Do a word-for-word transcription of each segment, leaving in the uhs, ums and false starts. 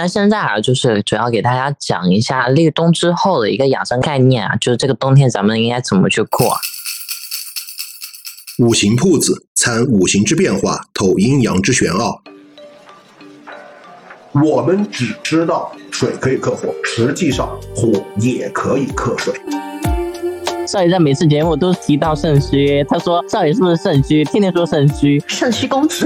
那现在啊，就是主要给大家讲一下立冬之后的一个养生概念啊，就是这个冬天咱们应该怎么去过啊。 五行铺子参五行之变化，透阴阳之玄奥。 我们只知道水可以克火，实际上火也可以克水。 少爷在每次节目都提到肾虚，他说少爷是不是肾虚？天天说肾虚， 肾虚公子。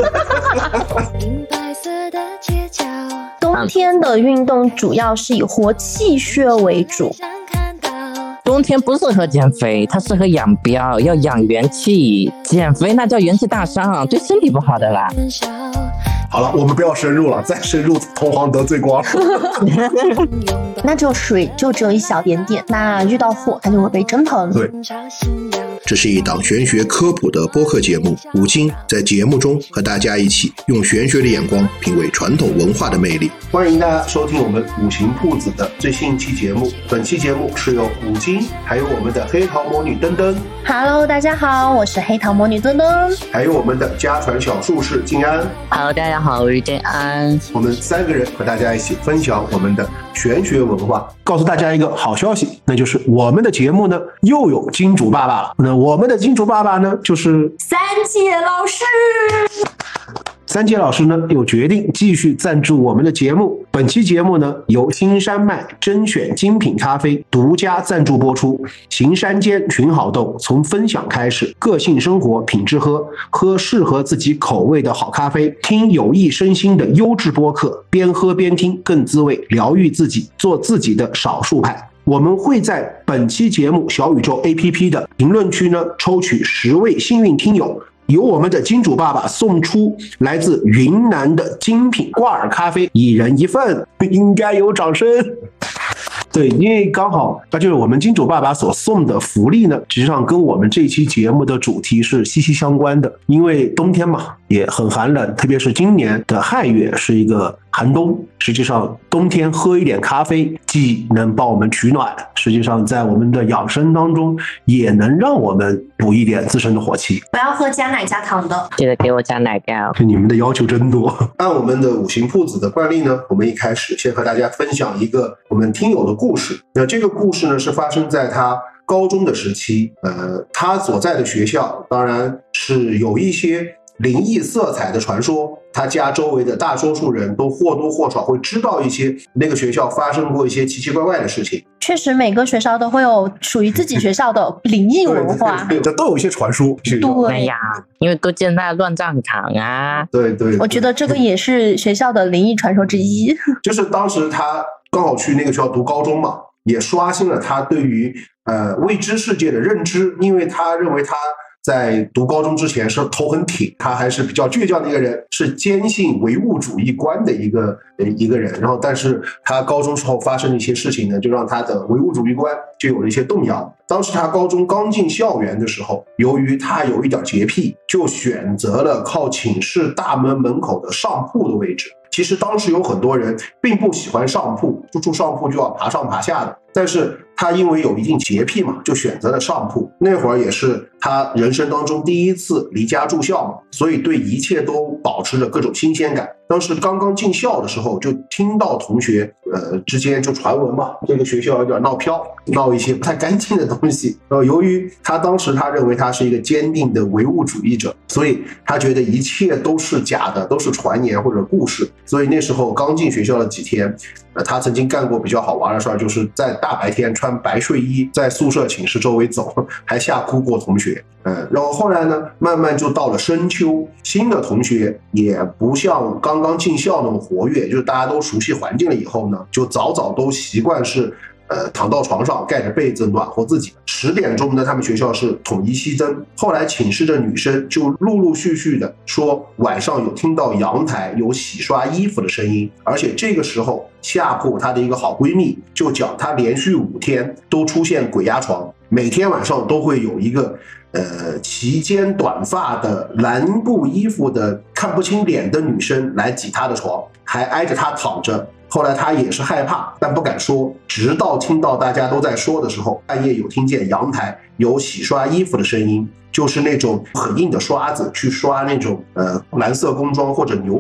冬天的运动主要是以活气血为主。 冬天不适合减肥，它适合养膘，要养元气。减肥那叫元气大伤，对身体不好的啦。 好了，我们不要深入了，再深入同行得罪光。 那只有水就只有一小点点，那遇到火它就会被蒸腾。 对。 这是一档玄学科普的播客节目，五金在节目中和大家一起用玄学的眼光品味传统文化的魅力。 欢迎大家收听我们五行铺子的最新一期节目。本期节目是由五金还有我们的黑桃魔女登登 Hello 大家好，我是黑桃魔女登登， 还有我们的家传小术士静安。 Hello 大家好，我是静安。 我们三个人和大家一起分享我们的玄学文化。告诉大家一个好消息，那就是我们的节目呢又有金主爸爸了。那我们的金主爸爸呢就是三姐老师。 三姐老师呢又决定继续赞助我们的节目。本期节目呢由新山脉甄选精品咖啡独家赞助播出。行山间群好豆，从分享开始，个性生活品质喝，喝适合自己口味的好咖啡，听有益身心的优质播客，边喝边听更滋味，疗愈自己，做自己的少数派。我们会在本期节目小宇宙 A P P 的评论区呢抽取十位幸运听友，由我们的金主爸爸送出来自云南的精品挂耳咖啡，一人一份，应该有掌声。对，因为刚好那就是我们金主爸爸所送的福利呢，实际上跟我们这期节目的主题是息息相关的。因为冬天嘛也很寒冷，特别是今年的亥月是一个寒冬，实际上冬天喝一点咖啡既能帮我们取暖，实际上在我们的养生当中也能让我们补一点自身的火气。 不要喝加奶加糖的， 记得给我加奶盖。 你们的要求真多。按我们的五行铺子的惯例呢，我们一开始先和大家分享一个我们听友的故事。那这个故事呢是发生在他高中的时期，呃，他所在的学校当然是有一些灵异色彩的传说，他家周围的大多数人都或多或少会知道一些那个学校发生过一些奇奇怪怪的事情。 确实每个学校都会有属于自己学校的灵异文化。 对，这都有一些传说。 对， 哎呀，因为都建在乱葬岗啊。 对 对, 对， 我觉得这个也是学校的灵异传说之一。 就是当时他刚好去那个学校读高中嘛，也刷新了他对于呃未知世界的认知，因为他认为他在读高中之前是头很挺，他还是比较倔强的一个人，是坚信唯物主义观的一个一个人。然后，但是他高中时候发生的一些事情呢，就让他的唯物主义观就有了一些动摇。当时他高中刚进校园的时候，由于他有一点洁癖，就选择了靠寝室大门门口的上铺的位置。其实当时有很多人并不喜欢上铺，就住上铺就要爬上爬下的，但是他因为有一定洁癖嘛，就选择了上铺。那会儿也是他人生当中第一次离家住校嘛，所以对一切都保持着各种新鲜感。当时刚刚进校的时候，就听到同学呃之间就传闻嘛，这个学校有点闹飘，闹一些不太干净的东西。然后由于他当时他认为他是一个坚定的唯物主义者，所以他觉得一切都是假的，都是传言或者故事。所以那时候刚进学校的几天，呃，他曾经干过比较好玩的事儿，就是在大白天穿白睡衣在宿舍寝室周围走，还吓哭过同学。呃，然后后来呢，慢慢就到了深秋，新的同学也不像刚刚进校那么活跃，就是大家都熟悉环境了以后呢，就早早都习惯是呃，躺到床上盖着被子暖和自己。十点钟呢，他们学校是统一熄灯。后来寝室的女生就陆陆续续的说，晚上有听到阳台有洗刷衣服的声音，而且这个时候下铺她的一个好闺蜜就讲，她连续五天都出现鬼压床，每天晚上都会有一个呃齐肩短发的蓝布衣服的看不清脸的女生来挤她的床，还挨着她躺着。后来他也是害怕，但不敢说，直到听到大家都在说的时候，半夜有听见阳台有洗刷衣服的声音，就是那种很硬的刷子去刷那种呃蓝色工装或者牛仔裤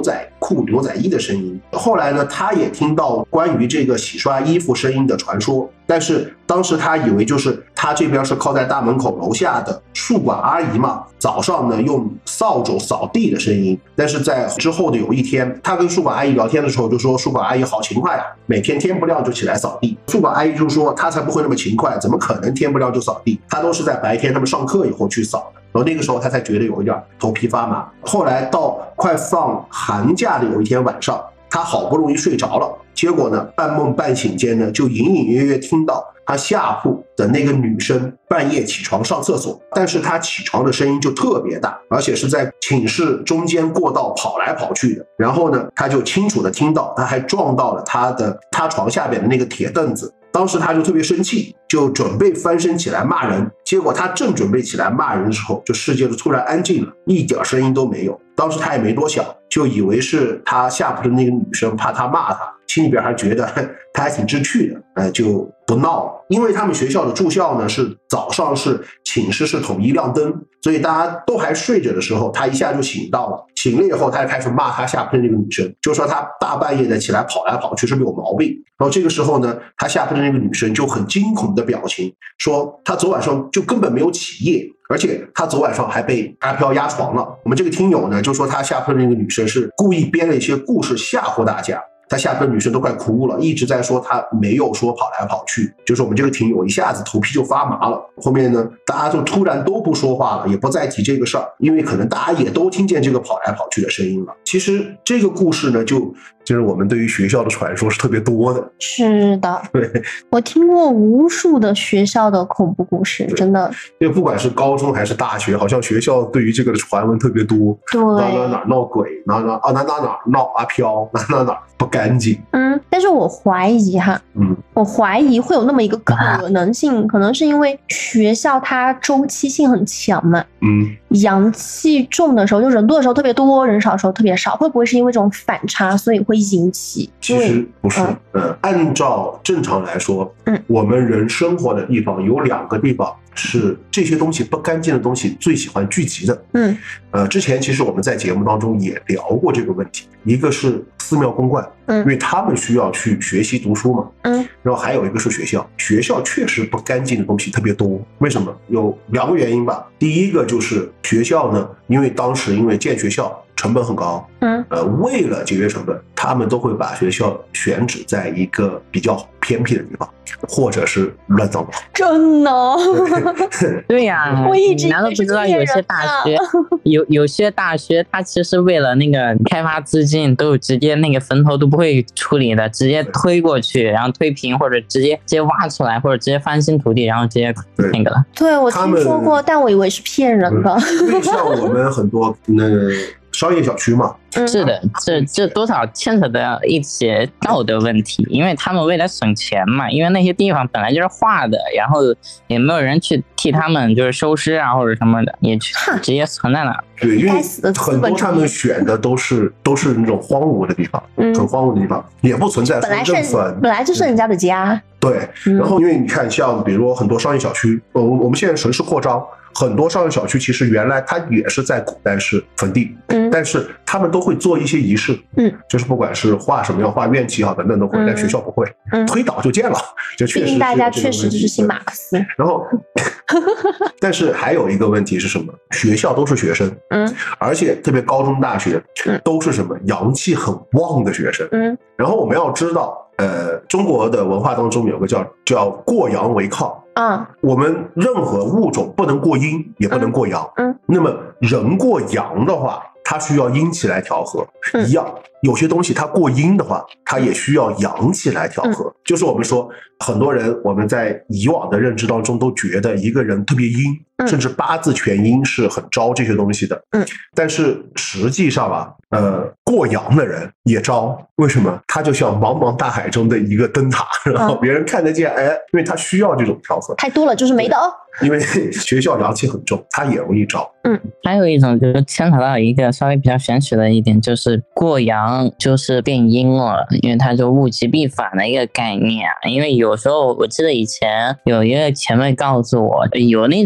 裤、牛仔衣的声音。后来呢，他也听到关于这个洗刷衣服声音的传说，但是当时他以为就是他这边是靠在大门口楼下的宿管阿姨嘛，早上呢用扫帚扫地的声音。但是在之后的有一天，他跟宿管阿姨聊天的时候就说，宿管阿姨好勤快啊，每天天不亮就起来扫地。宿管阿姨就说他才不会那么勤快，怎么可能天不亮就扫地，他都是在白天他们上课以后去扫的。然后那个时候他才觉得有一点头皮发麻。后来到快放寒假的有一天晚上，他好不容易睡着了，结果呢半梦半醒间呢，就隐隐约约听到他下铺的那个女生半夜起床上厕所，但是他起床的声音就特别大，而且是在寝室中间过道跑来跑去的。然后呢他就清楚的听到他还撞到了他的他床下边的那个铁凳子。当时他就特别生气，就准备翻身起来骂人，结果他正准备起来骂人的时候，这世界就突然安静了，一点声音都没有。当时他也没多想，就以为是他下铺的那个女生怕他骂他，心里边还觉得他还挺知趣的，呃，就不闹了。因为他们学校的住校呢是早上是寝室是统一亮灯，所以大家都还睡着的时候，他一下就醒到了。醒了以后，他就开始骂他下铺的那个女生，就说他大半夜的起来跑来跑去是不是有毛病。然后这个时候呢，他下铺的那个女生就很惊恐的表情，说他昨晚上就根本没有起夜，而且他昨晚上还被阿飘压床了。我们这个听友呢就说他下铺的那个女生是故意编了一些故事吓唬大家。他下铺的女生都快哭了，一直在说他没有说跑来跑去，就是我们这个听友一下子头皮就发麻了。后面呢大家就突然都不说话了，也不再提这个事儿，因为可能大家也都听见这个跑来跑去的声音了。其实这个故事呢就就是我们对于学校的传说是特别多的。 是的， 对， 我听过无数的学校的恐怖故事，真的。 因为不管是高中还是大学，好像学校对于这个的传闻特别多。 对， 哪哪哪闹鬼，哪哪啊哪哪哪闹阿飘，哪哪哪不干净。 嗯，但是我怀疑哈， 嗯， 我怀疑会有那么一个可能性，可能是因为学校它周期性很强嘛。 嗯， 阳气重的时候，就人多的时候特别多，人少的时候特别少，会不会是因为这种反差，所以会引起？ 其实不是，嗯，呃、按照正常来说， 嗯， 我们人生活的地方有两个地方是这些东西不干净的东西最喜欢聚集的。 嗯， 呃，之前其实我们在节目当中也聊过这个问题，一个是寺庙公观， 嗯， 因为他们需要去学习读书嘛， 嗯， 然后还有一个是学校，学校确实不干净的东西特别多。为什么？有两个原因吧。第一个就是学校呢，因为当时因为建学校成本很高， 嗯， 呃，为了节约成本，他们都会把学校选址在一个比较偏僻的地方，或者是乱糟糟。 真的？ 对呀、啊， 我一直你难道不知道有些大学有有些大学，它其实为了那个开发资金，都直接那个坟头都不会处理的，直接推过去，然后推平，或者直接直接挖出来，或者直接翻新土地，然后直接那个了。 对，我听说过，但我以为是骗人的。 因为像我们很多那个商业小区嘛， 是的，这这多少牵扯到一些道德问题，因为他们为了省钱嘛，因为那些地方本来就是画的，然后也没有人去替他们就是收尸啊或者什么的，也去直接存在那。 对，因为很多他们选的都是都是那种荒芜的地方，嗯，很荒芜的地方，也不存在本来是坟， 本来就是人家的家。 对，然后因为你看，像比如很多商业小区，我我们现在城市扩张。很多商业小区其实原来它也是在古代是坟地，嗯，但是他们都会做一些仪式，嗯，就是不管是画什么样，画院旗好等等都会，但学校不会，嗯，推倒就建了，就确实大家确实就是信马克思。 然后，但是还有一个问题是什么？学校都是学生，嗯，而且特别高中大学都是什么阳气很旺的学生，嗯，然后我们要知道。呃，中国的文化当中有个叫叫过阳为亢啊，我们任何物种不能过阴，也不能过阳。嗯，那么人过阳的话，它需要阴气来调和，嗯、一样。有些东西它过阴的话，它也需要阳气来调和。嗯、就是我们说，很多人我们在以往的认知当中都觉得一个人特别阴，嗯、甚至八字全阴是很招这些东西的。嗯，但是实际上啊，呃，过阳的人也招，为什么？他就像茫茫大海中的一个灯塔，然后别人看得见，哎，因为他需要这种调和。 太多了就是没的哦。 因为学校阳气很重，它也容易招。 嗯，还有一种就是牵扯到一个稍微比较玄学的一点，就是过阳就是变阴了，因为它就物极必反的一个概念啊。因为有时候我记得以前有一个前辈告诉我，有那种阿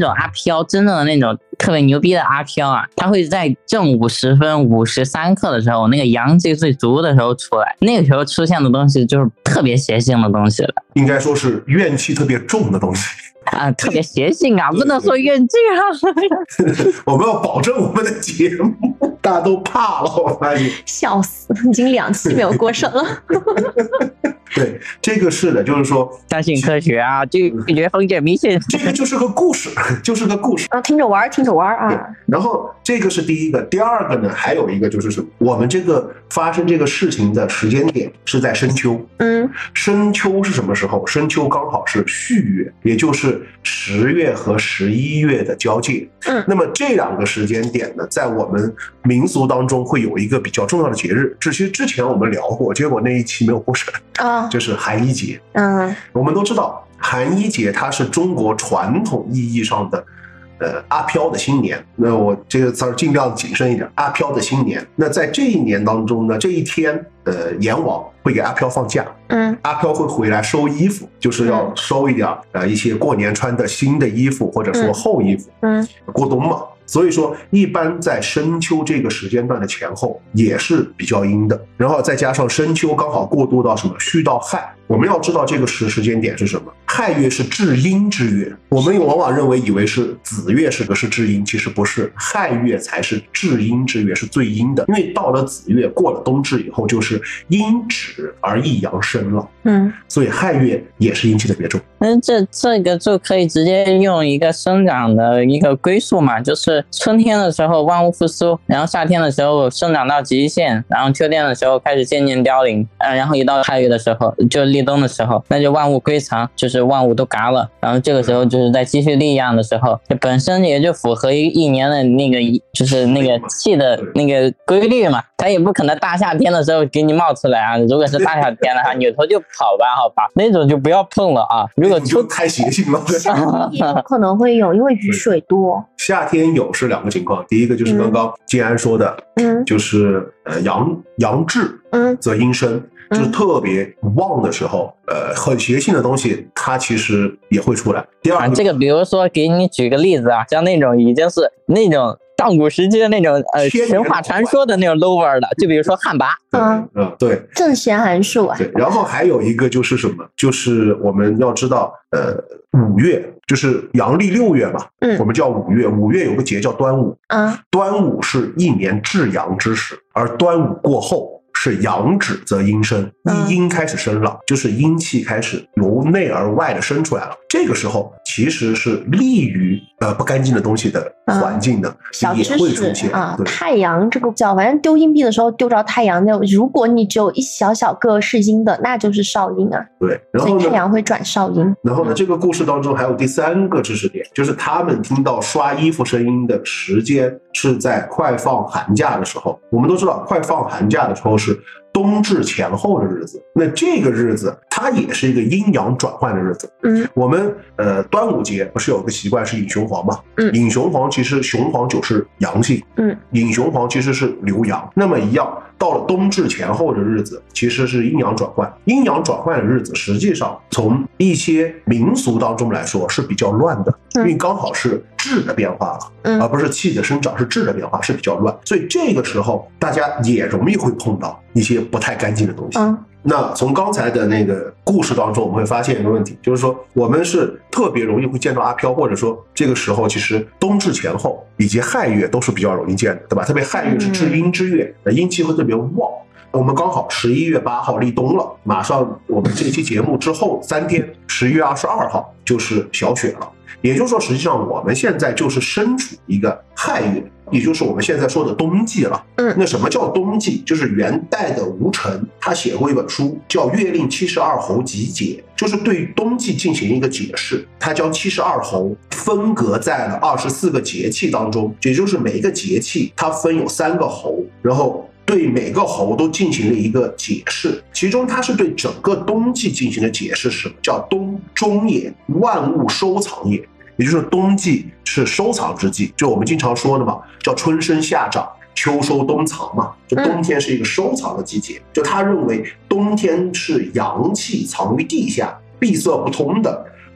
飘，真正的那种特别牛逼的阿飘啊，它会在正午时分五十三刻的时候，那个阳气最足的时候出来，那个时候出现的东西就是特别邪性的东西了， 应该说是怨气特别重的东西啊，特别邪性啊，不能说怨气啊。 我们要保证我们的节目大家都怕了，我发现笑死，已经两期没有过审了。 对，这个是的，就是说相信科学啊，拒绝封建迷信， 这个就是个故事，就是个故事啊，听着玩听着玩啊。 然后这个是第一个，第二个呢，还有一个就是什么？我们这个发生这个事情的时间点是在深秋， 嗯， 深秋是什么时候？深秋刚好是戌月，也就是十月和十一月的交界。 嗯， 那么这两个时间点呢，在我们民俗当中会有一个比较重要的节日，这其实之前我们聊过，结果那一期没有过审啊，就是寒衣节。 嗯， 我们都知道寒衣节它是中国传统意义上的呃阿飘的新年，那我这个词儿尽量谨慎一点，阿飘的新年。那在这一年当中呢，这一天呃阎王会给阿飘放假， 嗯， 阿飘会回来收衣服，就是要收一点呃一些过年穿的新的衣服，或者说厚衣服， 嗯， 过冬嘛。所以说一般在深秋这个时间段的前后也是比较阴的，然后再加上深秋刚好过渡到什么戌到亥，我们要知道这个时时间点是什么？亥月是至阴之月，我们往往认为以为是子月是个是至阴，其实不是，亥月才是至阴之月，是最阴的。因为到了子月，过了冬至以后，就是阴止而一阳生了， 嗯， 所以亥月也是阴气特别重。 那这这个就可以直接用一个生长的一个归宿嘛，就是春天的时候万物复苏，然后夏天的时候生长到极限，然后秋天的时候开始渐渐凋零，呃，然后一到亥月的时候，就立冬的时候，那就万物归藏，就是万物都嘎了，然后这个时候就是在继续力量的时候，这本身也就符合一一年的那个就是那个气的那个规律嘛，它也不可能大夏天的时候给你冒出来啊，如果是大夏天的话，扭头就跑吧，好吧，那种就不要碰了啊。如果就太邪性了， 也有可能会有，因为雨水多。 夏天有是两个情况，第一个就是刚刚建安说的， 嗯， 就是呃阳阳至， 嗯， 则阴生，就是特别旺的时候，呃，很邪性的东西，它其实也会出来。第二个， 啊、这个比如说给你举个例子啊，像那种已经是那种上古时期的那种呃神话传说的那种 lower 的，就比如说旱魃， 嗯嗯，对， 正邪寒数啊。 对，然后还有一个就是什么，就是我们要知道，呃，五月就是阳历六月嘛， 嗯， 我们叫五月，五月有个节叫端午， 啊， 端午是一年至阳之时，而端午过后是阳止则阴生，一阴开始生了，就是阴气开始由内而外的生出来了。这个时候其实是利于呃不干净的东西的环境的， 小也知识会出现啊。太阳这个叫，反正丢硬币的时候丢着太阳，那如果你只有一小小个是阴的，那就是少阴啊。 对，然后所以太阳会转少阴。 然后呢，这个故事当中还有第三个知识点，就是他们听到刷衣服声音的时间是在快放寒假的时候。我们都知道，快放寒假的时候是冬至前后的日子，那这个日子它也是一个阴阳转换的日子。 嗯， 我们呃端午节不是有个习惯是饮雄黄嘛？ 嗯， 饮雄黄其实雄黄酒是阳性， 嗯， 饮雄黄其实是留阳。那么一样，到了冬至前后的日子，其实是阴阳转换。阴阳转换的日子，实际上从一些民俗当中来说是比较乱的， 嗯、 因为刚好是质的变化了， 嗯， 而不是气的生长，是质的变化，是比较乱。所以这个时候大家也容易会碰到一些不太干净的东西。 嗯， 那从刚才的那个故事当中，我们会发现一个问题，就是说我们是特别容易会见到阿飘，或者说这个时候其实冬至前后以及亥月都是比较容易见的，对吧？特别亥月是至阴之月，嗯、阴气会特别旺。我们刚好十一月八号立冬了，马上我们这期节目之后三天，十一月二十二号就是小雪了。也就是说，实际上我们现在就是身处一个亥月，也就是我们现在说的冬季了。 嗯， 那什么叫冬季？就是元代的吴承他写过一本书，叫《月令七十二候集解》，就是对于冬季进行一个解释。他将七十二候分隔在了二十四个节气当中，也就是每一个节气它分有三个候，然后对每个候都进行了一个解释，其中它是对整个冬季进行的解释，是什么叫冬中也，万物收藏也，也就是冬季是收藏之季，就我们经常说的嘛，叫春生夏长，秋收冬藏嘛，就冬天是一个收藏的季节，就他认为冬天是阳气藏于地下，闭塞不通的，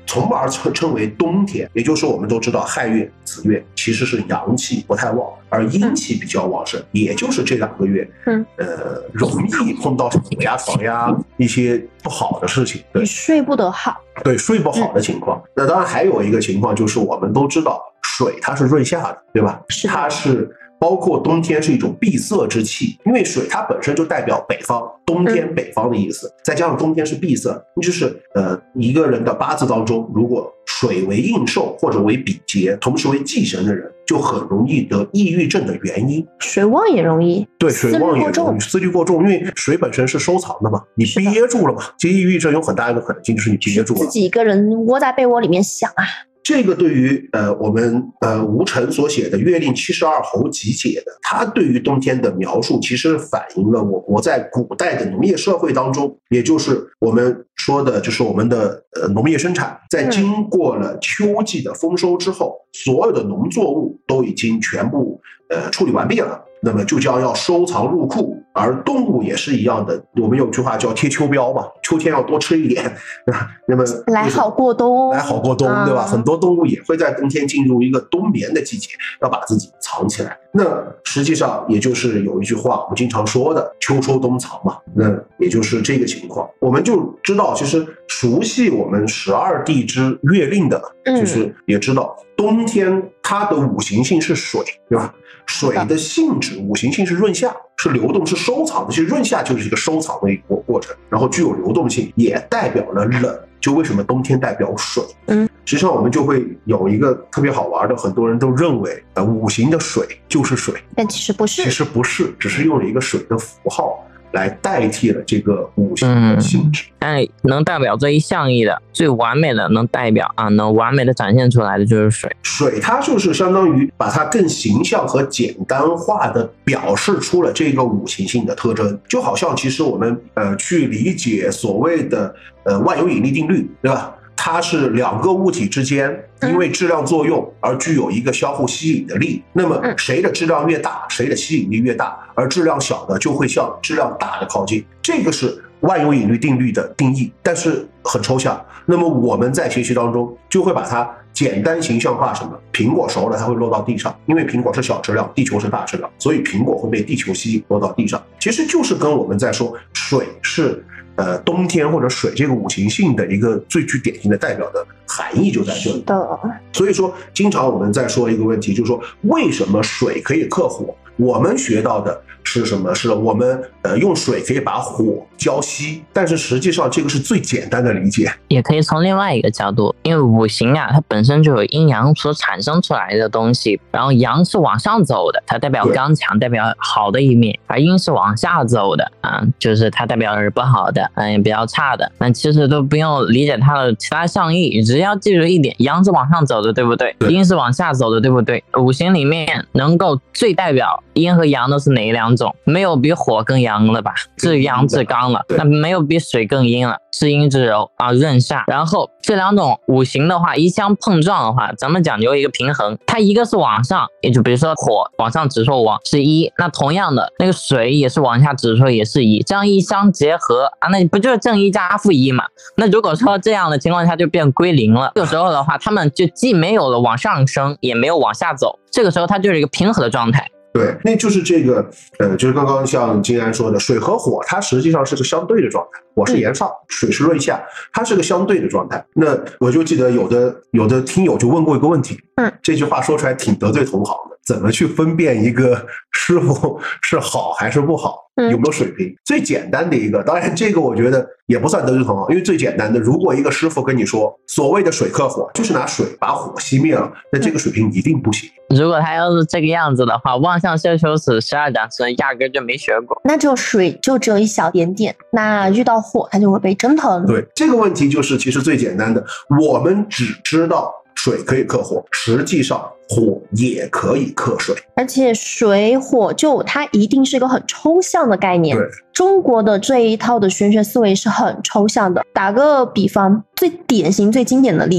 从而称称为冬天。也就是我们都知道亥月、子月其实是阳气不太旺，而阴气比较旺盛，也就是这两个月， 嗯， 呃，容易碰到什么压床呀，一些不好的事情，对， 睡不得好， 对，睡不好的情况。那当然还有一个情况就是我们都知道水它是润下的，对吧？ 是的， 它是包括冬天是一种闭塞之气，因为水它本身就代表北方，冬天北方的意思，嗯、再加上冬天是闭塞，就是呃一个人的八字当中，如果水为应受或者为比劫，同时为忌神的人，就很容易得抑郁症的原因。 水旺也容易， 对，水旺也容易，思虑过重，因为水本身是收藏的嘛，你憋住了嘛，其实抑郁症有很大一个可能性就是你憋住了， 自己一个人窝在被窝里面想啊。 这个对于呃我们呃吴承所写的《月令七十二候集解》的，他对于冬天的描述，其实反映了我国在古代的农业社会当中，也就是我们说的，就是我们的呃农业生产，在经过了秋季的丰收之后，所有的农作物都已经全部呃处理完毕了。那么就将要收藏入库，而动物也是一样的。我们有句话叫贴秋膘嘛，秋天要多吃一点，那么来好过冬， 来好过冬，对吧？很多动物也会在冬天进入一个冬眠的季节，要把自己藏起来。那实际上也就是有一句话我们经常说的“秋收冬藏”嘛，那也就是这个情况。我们就知道，其实熟悉我们十二地支月令的，就是也知道冬天它的五行性是水，对吧？水的性质，五行性是润下，是流动，是收藏的。其实润下就是一个收藏的一个过程，然后具有流动性，也代表了冷。就为什么冬天代表水？嗯，实际上我们就会有一个特别好玩的，很多人都认为，呃，五行的水就是水， 但其实不是， 其实不是，只是用了一个水的符号来代替了这个五行的性质， 嗯、但能代表这一项义的最完美的，能代表啊，能完美的展现出来的就是水。 水它就是相当于把它更形象和简单化的表示出了这个五行性的特征，就好像其实我们呃去理解所谓的呃万有引力定律，对吧？它是两个物体之间因为质量作用而具有一个相互吸引的力，那么谁的质量越大，谁的吸引力越大，而质量小的就会向质量大的靠近，这个是万有引力定律的定义，但是很抽象。那么我们在学习当中就会把它简单形象化，什么？苹果熟了它会落到地上，因为苹果是小质量，地球是大质量，所以苹果会被地球吸引落到地上。其实就是跟我们在说水是呃，冬天或者水这个五行性的一个最具典型的代表的含义就在这里。 的， 所以说，经常我们在说一个问题，就是说为什么水可以克火？我们学到的是什么？是我们呃用水可以把火浇熄，但是实际上这个是最简单的理解。 也可以从另外一个角度，因为五行啊，它本身就有阴阳所产生出来的东西，然后阳是往上走的，它代表刚强，代表好的一面，而阴是往下走的啊，就是它代表是不好的，嗯，比较差的。那其实都不用理解它的其他象意，只要记住一点，阳是往上走的，对不对？阴是往下走的，对不对？五行里面能够最代表阴和阳的是哪两种？没有比火更阳了吧？至阳至刚了。那没有比水更阴了，至阴至柔啊，润下。然后这两种五行的话，一相碰撞的话，咱们讲究一个平衡，它一个是往上，也就比如说火往上指数往是一，那同样的那个水也是往下指数也是一，这样一相结合啊，那不就是正一加负一嘛？那如果说这样的情况下就变归零了，这个时候的话，他们就既没有了往上升，也没有往下走，这个时候它就是一个平衡的状态。 对，那就是这个，呃，就是刚刚像金安说的，水和火它实际上是个相对的状态，火是炎上，水是润下，它是个相对的状态。那我就记得有的有的听友就问过一个问题，嗯，这句话说出来挺得罪同行的，怎么去分辨一个师傅是好还是不好？有没有水平？最简单的一个，当然这个我觉得也不算得罪同行，因为最简单的，如果一个师傅跟你说所谓的水克火，就是拿水把火熄灭了，那这个水平一定不行。 如果他要是这个样子的话，望向修修此十二掌神压根就没学过。 那只有水就只有一小点点，那遇到火它就会被蒸腾。 对，这个问题就是其实最简单的，我们只知道水可以克火，实际上火也可以克水， 而且水火就它一定是一个很抽象的概念。 对， 中国的这一套的玄学思维是很抽象的。打个比方，最典型最经典的例子，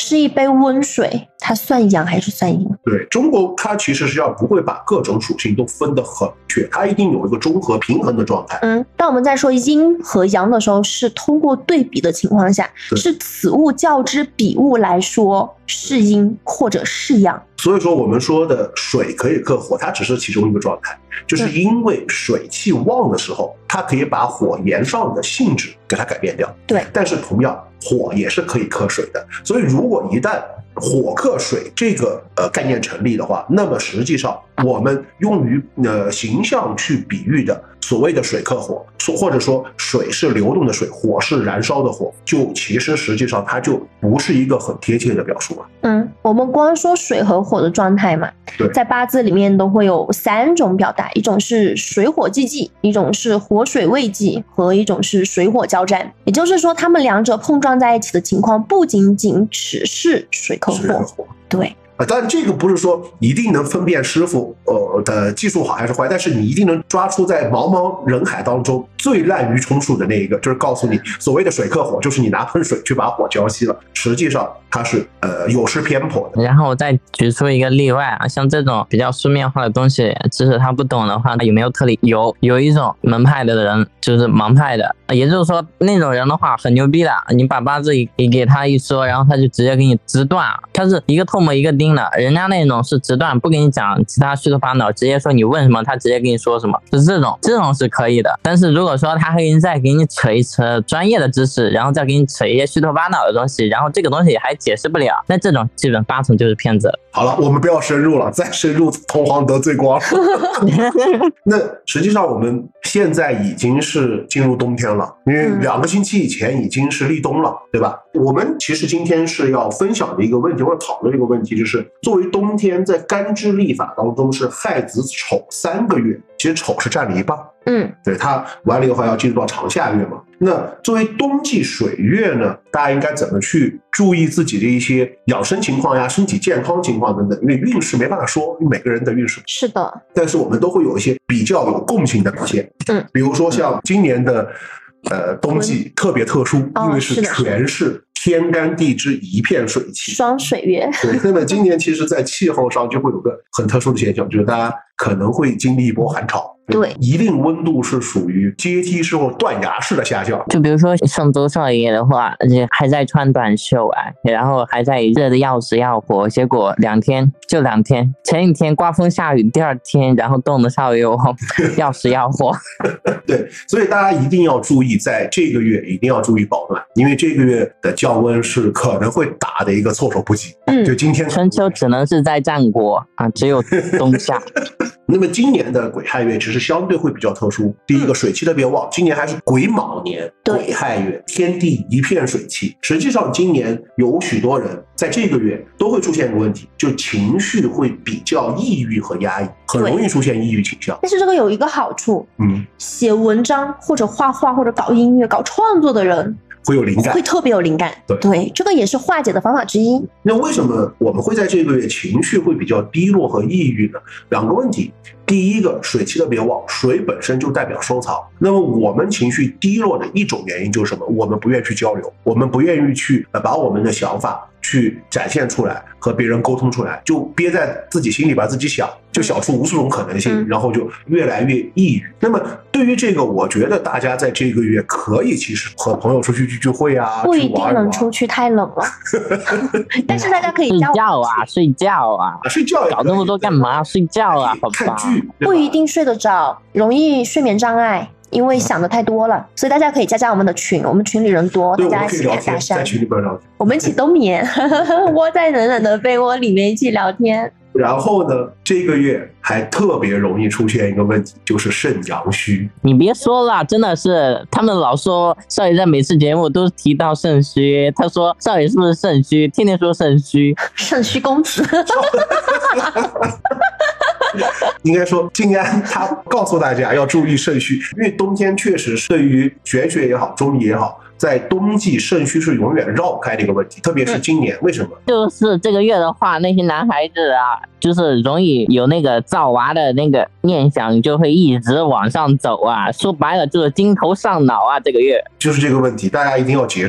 是一杯温水，它算阳还是算阴？ 对，中国它其实实际上不会把各种属性都分得很确，它一定有一个中和平衡的状态。 嗯，当我们在说阴和阳的时候，是通过对比的情况下，是此物较之彼物来说是阴或者是阳。 所以说我们说的水可以克火，它只是其中一个状态，就是因为水气旺的时候，它可以把火焰上的性质给它改变掉。 对， 但是同样火也是可以克水的，所以如果一旦火克水这个呃概念成立的话，那么实际上我们用于呃形象去比喻的所谓的水克火，或者说水是流动的水，火是燃烧的火，就其实实际上它就不是一个很贴切的表述了。 嗯，我们光说水和火的状态嘛，在八字里面都会有三种表达，一种是水火既济，一种是火水未济，和一种是水火交战。也就是说，它们两者碰撞在一起的情况，不仅仅只是水克火。对。 当然，这个不是说一定能分辨师傅呃的技术好还是坏，但是你一定能抓出在茫茫人海当中最滥竽充数的那一个，就是告诉你所谓的水克火，就是你拿喷水去把火浇熄了，实际上它是呃有失偏颇的。 然后我再举出一个例外啊，像这种比较书面化的东西，即使他不懂的话，有没有特例？有，有一种门派的人就是盲派的，也就是说那种人的话很牛逼的，你把八字给给他一说，然后他就直接给你直断，他是一个唾沫一个钉的，人家那种是直断，不给你讲其他虚头巴脑，直接说你问什么他直接跟你说什么，是这种这种是可以的。但是如果说他会再给你扯一扯专业的知识，然后再给你扯一些虚头巴脑的东西，然后这个东西还解释不了，那这种基本八成就是骗子。 好了，我们不要深入了，再深入同行得罪光。那实际上我们现在已经是进入冬天了，因为两个星期以前已经是立冬了，对吧？我们其实今天是要分享的一个问题，或者讨论一个问题，就是作为冬天在干支历法当中是亥子丑三个月，其实丑是占了一半。 嗯， 对，它完了以后要进入到长夏月嘛。那作为冬季水月呢，大家应该怎么去注意自己的一些养生情况呀、身体健康情况等等？因为运势没办法说，每个人的运势是的， 但是我们都会有一些比较有共性的表现。 嗯， 比如说像今年的呃冬季特别特殊， 哦、 因为是全是天干地支一片水气， 双水月。 对，那么今年其实在气候上就会有个很特殊的现象，就是大家可能会经历一波寒潮。 对， 一定温度是属于阶梯式或断崖式的下降。 就比如说像周少爷的话，还在穿短袖啊，然后还在热的要死要活，结果两天就两天，前一天刮风下雨，第二天然后冻得少爷要死要活。 对，所以大家一定要注意，在这个月一定要注意保暖，因为这个月的降温是可能会打的一个措手不及。 嗯， 就今天春秋只能是在战国啊，只有冬夏。 那么今年的癸亥月其实相对会比较特殊，第一个水气特别旺，今年还是癸卯年，癸亥月，天地一片水气。实际上今年有许多人在这个月都会出现一个问题，就情绪会比较抑郁和压抑，很容易出现抑郁倾向。 但是这个有一个好处， 嗯， 写文章或者画画或者搞音乐搞创作的人会有灵感， 会特别有灵感。 对对，这个也是化解的方法之一。 那为什么我们会在这个月情绪会比较低落和抑郁呢？两个问题，第一个，水气特别旺，水本身就代表收藏。那么我们情绪低落的一种原因就是什么？我们不愿意去交流，我们不愿意去把我们的想法去展现出来，和别人沟通出来，就憋在自己心里把自己想，就想出无数种可能性， 嗯、 然后就越来越抑郁。那么对于这个，我觉得大家在这个月可以其实和朋友出去聚聚会啊， 不一定能出去，太冷了。但是大家可以睡觉啊，睡觉啊， 啊睡觉搞那么多干嘛？睡觉啊，好吧。 看剧不一定睡得着，容易睡眠障碍。因为想的太多了，所以大家可以加加我们的群，我们群里人多，大家一起来搭讪。 在群里边聊天， 我们一起冬眠，窝在冷冷的被窝里面一起聊天。 然后呢，这个月还特别容易出现一个问题，就是肾阳虚。 你别说了，真的是他们老说少爷在每次节目都提到肾虚，他说少爷是不是肾虚，天天说肾虚， 肾虚公子。 应该说静安他告诉大家要注意肾虚，因为冬天确实是对于玄学也好中医也好，在冬季肾虚是永远绕不开的一个问题，特别是今年、嗯、为什么？ 就是这个月的话，那些男孩子啊，就是容易有那个造娃的那个念想，就会一直往上走啊，说白了就是精头上脑啊。这个月就是这个问题，大家一定要节制。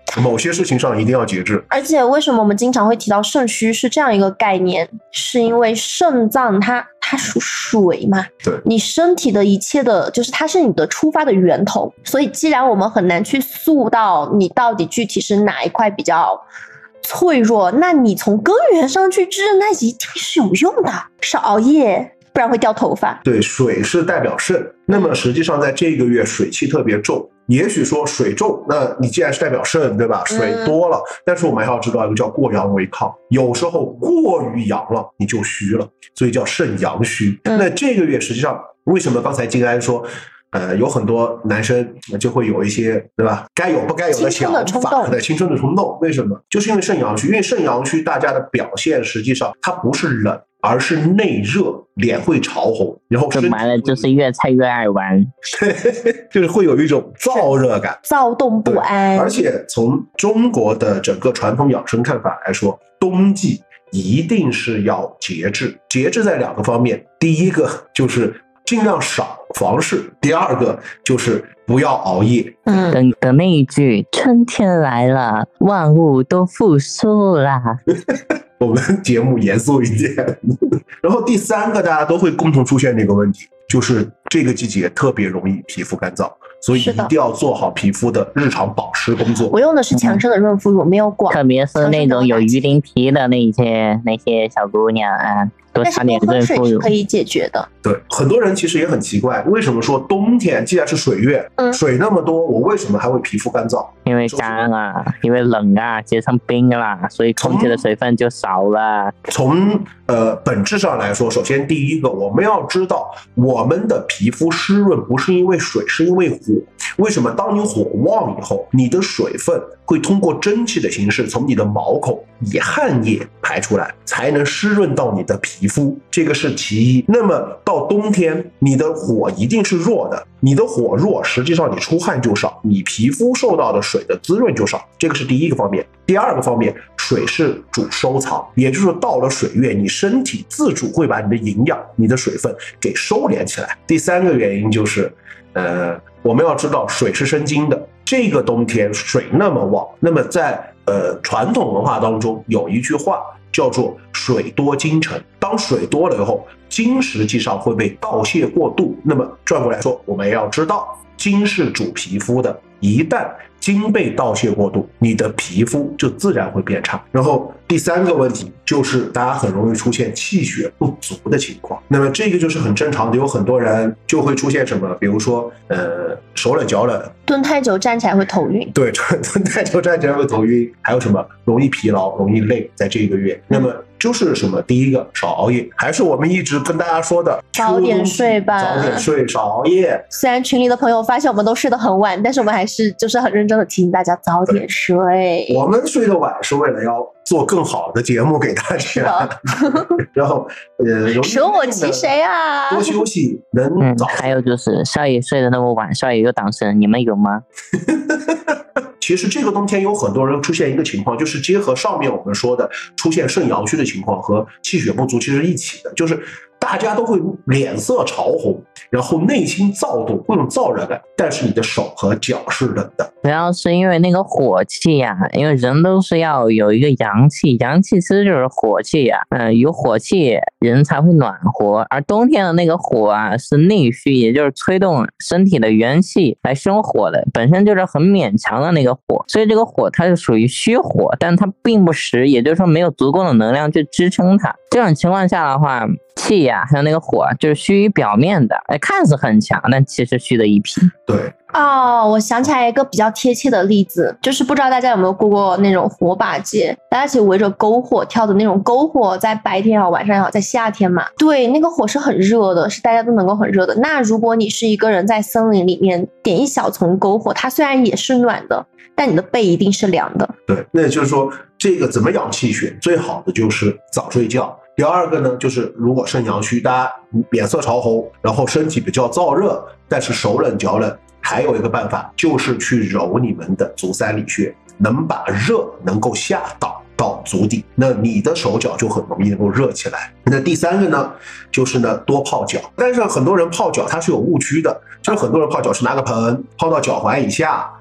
某些事情上一定要节制。 而且为什么我们经常会提到肾虚是这样一个概念，是因为肾脏它它属水嘛， 对， 你身体的一切的就是它是你的出发的源头，所以既然我们很难去溯到你到底具体是哪一块比较脆弱，那你从根源上去治，那一定是有用的。少熬夜，不然会掉头发。 对，水是代表肾，那么实际上在这个月水气特别重，也许说水重，那你既然是代表肾，对吧？水多了，嗯、但是我们还要知道一个叫过阳为亢，有时候过于阳了，你就虚了，所以叫肾阳虚。嗯、那这个月实际上为什么刚才金安说？呃，有很多男生就会有一些，对吧？该有不该有的想法的青春的冲动，为什么？就是因为肾阳虚，因为肾阳虚，大家的表现实际上它不是冷，而是内热，脸会潮红，然后说白了就是越菜越爱玩， 就是会有一种燥热感、 躁动不安。 而且从中国的整个传统养生看法来说，冬季一定是要节制，节制在两个方面，第一个就是尽量少房事，第二个就是不要熬夜。 嗯，等等那一句春天来了，万物都复苏啦。 我们节目严肃一点。然后第三个大家都会共同出现的一个问题，就是这个季节特别容易皮肤干燥，所以一定要做好皮肤的日常保湿工作。 我用的是强生的润肤乳，没有广， 特别是那种有鱼鳞皮的那些那些小姑娘啊，多擦点润肤乳可以解决的。 对，很多人其实也很奇怪，为什么说冬天既然是水月，嗯、水那么多，我为什么还会皮肤干燥？ 因为干啊，因为冷啊，结成冰啦，所以空气的水分就少了。 从呃本质上来说，首先第一个，我们要知道我们的皮肤湿润不是因为水，是因为火。为什么？当你火旺以后，你的水分会通过蒸汽的形式从你的毛孔以汗液排出来，才能湿润到你的皮肤，这个是其一。那么到冬天，你的火一定是弱的，你的火弱，实际上你出汗就少，你皮肤受到的水的滋润就少，这个是第一个方面。第二个方面，水是主收藏，也就是说到了水月，你身体自主会把你的营养、你的水分给收敛起来。第三个原因就是，呃，我们要知道水是生津的，这个冬天水那么旺，那么在呃传统文化当中有一句话叫做水多精沉，当水多了以后，精实际上会被盗泄过度。那么转过来说，我们要知道精是主皮肤的，一旦精被盗泄过度，你的皮肤就自然会变差。然后第三个问题就是大家很容易出现气血不足的情况，那么这个就是很正常的，有很多人就会出现什么，比如说呃手冷脚冷， 蹲太久站起来会头晕， 对，蹲太久站起来会头晕，还有什么容易疲劳、容易累，在这个月，那么就是什么，第一个少熬夜，还是我们一直跟大家说的， 早点睡吧， 早点睡，少熬夜。 虽然群里的朋友发现我们都睡得很晚，但是我们还是就是很认真的提醒大家早点睡。 我们睡得晚是为了要做更好的节目给大家，然后呃， 舍我其谁啊？ 多休息，能早、 嗯。还有就是少爷睡得那么晚，少爷有党生，你们有吗？ 其实这个冬天有很多人出现一个情况，就是结合上面我们说的出现肾阳虚的情况和气血不足其实一起的，就是大家都会脸色潮红，然后内心躁动，会有燥热感，但是你的手和脚是冷的。 主要是因为那个火气呀、啊，因为人都是要有一个阳气，阳气其实就是火气呀、啊，嗯，有火气人才会暖和，而冬天的那个火啊是内虚，也就是催动身体的元气来生火的，本身就是很勉强的那个火，所以这个火它是属于虚火，但它并不实，也就是说没有足够的能量去支撑它。这种情况下的话，气呀、啊、还有那个火就是虚于表面的，哎，看似很强，但其实虚的一批。 对。 哦，我想起来一个比较贴切的例子，就是不知道大家有没有过过那种火把节，大家一起围着篝火跳的那种篝火，在白天也好，晚上也好，在夏天嘛，对，那个火是很热的，是大家都能够很热的。那如果你是一个人在森林里面点一小丛篝火，它虽然也是暖的，但你的背一定是凉的。 对，那就是说这个怎么养气血，最好的就是早睡觉。第二个呢，就是如果肾阳虚，大家脸色潮红，然后身体比较燥热，但是手冷脚冷，还有一个办法就是去揉你们的足三里穴，能把热能够下导到足底，那你的手脚就很容易能够热起来。那第三个呢，就是呢多泡脚，但是很多人泡脚它是有误区的，就是很多人泡脚是拿个盆泡到脚踝以下，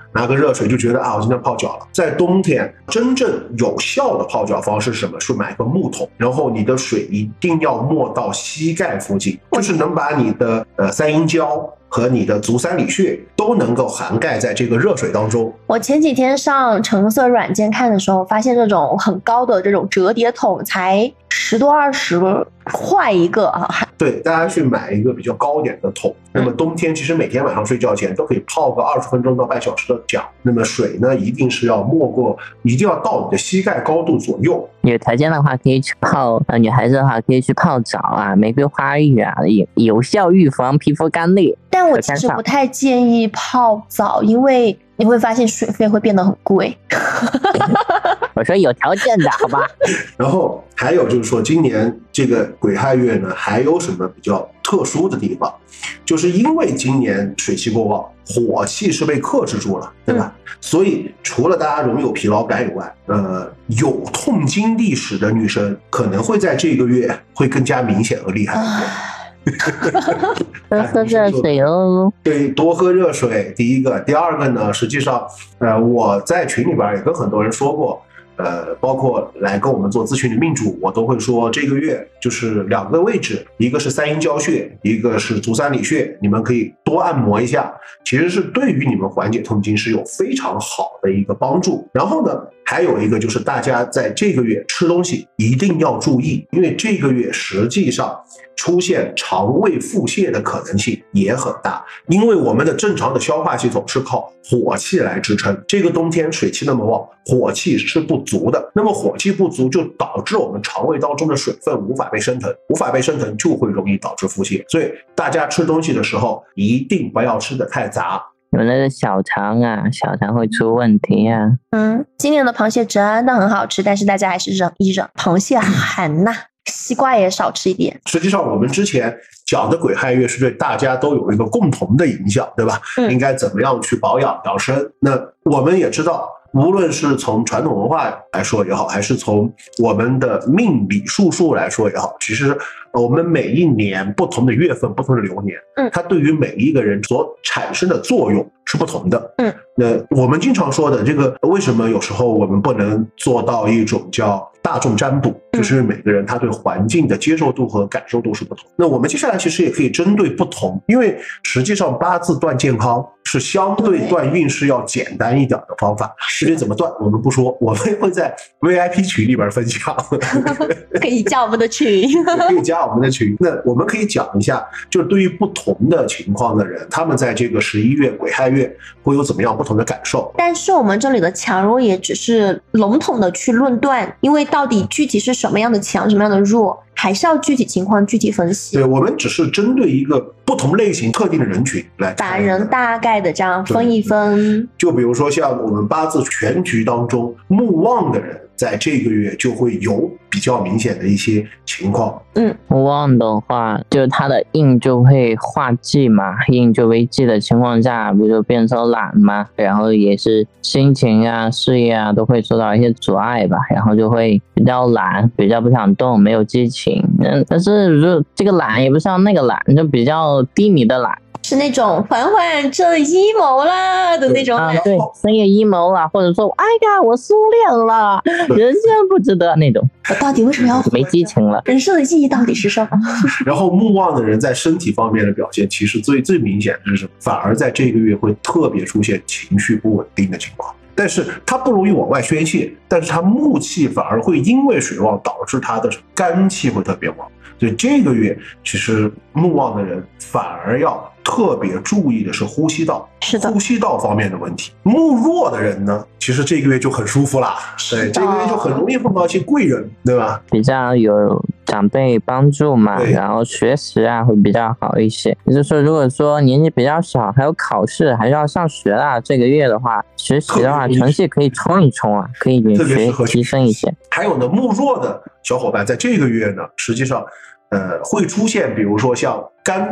拿个热水就觉得啊，我今天泡脚了。在冬天，真正有效的泡脚方式是什么？是买个木桶，然后你的水一定要没到膝盖附近，就是能把你的呃三阴交和你的足三里穴都能够涵盖在这个热水当中。 我前几天上橙色软件看的时候，发现这种很高的这种折叠桶才十多二十块一个啊。 对，大家去买一个比较高点的桶。那么冬天其实每天晚上睡觉前都可以泡个二十分钟到半小时的脚。那么水呢，一定是要没过，一定要到你的膝盖高度左右。 有条件的话可以去泡，呃，女孩子的话可以去泡澡啊，玫瑰花浴啊，有有效预防皮肤干裂。 但我其实不太建议泡澡，因为你会发现水费会变得很贵。 我说有条件的好吧。 然后还有就是说，今年这个癸亥月呢，还有什么比较特殊的地方？就是因为今年水气过旺，火气是被克制住了，对吧？嗯、所以除了大家容易有疲劳感以外，呃，有痛经历史的女生可能会在这个月会更加明显和厉害一点。 多喝热水哦。 对，多喝热水。第一个，第二个呢，实际上，呃，我在群里边也跟很多人说过。呃，包括来跟我们做咨询的命主，我都会说这个月就是两个位置，一个是三阴交穴，一个是足三里穴，你们可以多按摩一下，其实是对于你们缓解痛经是有非常好的一个帮助。然后呢，还有一个就是大家在这个月吃东西一定要注意，因为这个月实际上出现肠胃腹泻的可能性也很大，因为我们的正常的消化系统是靠火气来支撑，这个冬天水气那么旺，火气是不足的，那么火气不足就导致我们肠胃当中的水分无法被升腾，无法被升腾就会容易导致腹泻，所以大家吃东西的时候一定不要吃得太杂。 有那个小肠啊，小肠会出问题啊。 嗯，今年的螃蟹真的很好吃，但是大家还是忍一忍，螃蟹寒呐、啊。西瓜也少吃一点。 实际上我们之前讲的癸亥月是对大家都有一个共同的影响，对吧？嗯、应该怎么样去保养养生？那我们也知道，无论是从传统文化来说也好，还是从我们的命理术数来说也好，其实我们每一年不同的月份、不同的流年，嗯，它对于每一个人所产生的作用是不同的。嗯，那我们经常说的这个，为什么有时候我们不能做到一种叫大众占卜，就是每个人他对环境的接受度和感受度是不同。那我们接下来其实也可以针对不同，因为实际上八字断健康是相对断运势要简单一点的方法。至于怎么断，我们不说，我们会在 V I P 群里边分享。 可以加我们的群， 可以加我们的群。那我们可以讲一下，就是对于不同的情况的人，他们在这个十一月癸亥月会有怎么样不同的感受。 但是我们这里的强弱也只是笼统的去论断，因为到底具体是什么样的强，什么样的弱，还是要具体情况具体分析。 对，我们只是针对一个不同类型特定的人群来把人大概的这样分一分。 就比如说像我们八字全局当中木旺的人，在这个月就会有比较明显的一些情况。 嗯，木旺的话，就他的印就会化忌嘛，印就为忌的情况下，不就变成懒嘛，然后也是心情啊、事业啊都会受到一些阻碍吧，然后就会比较懒，比较不想动，没有激情。嗯，但是如这个懒也不像那个懒，就比较低迷的懒。 是那种缓缓这阴谋啦的那种啊，对，深夜阴谋啦，或者说哎呀我失恋了，人生不值得那种。 我到底为什么要没激情了？ 人生的意义到底是什么？ 然后木旺的人在身体方面的表现，其实最最明显的是什么？反而在这个月会特别出现情绪不稳定的情况。但是它不容易往外宣泄，但是它木气反而会因为水旺导致它的肝气会特别旺。所以这个月其实木旺的人反而要特别注意的是呼吸道， 是的， 呼吸道方面的问题。木弱的人呢，其实这个月就很舒服啦，对，这个月就很容易碰到一些贵人，对吧？ 比较有长辈帮助嘛，然后学习啊会比较好一些。也就是说，如果说年纪比较小，还有考试，还要上学啦，这个月的话，学习的话，成绩可以冲一冲啊，可以学提升一些。 还有呢，木弱的小伙伴在这个月呢，实际上，呃，会出现比如说像肝胆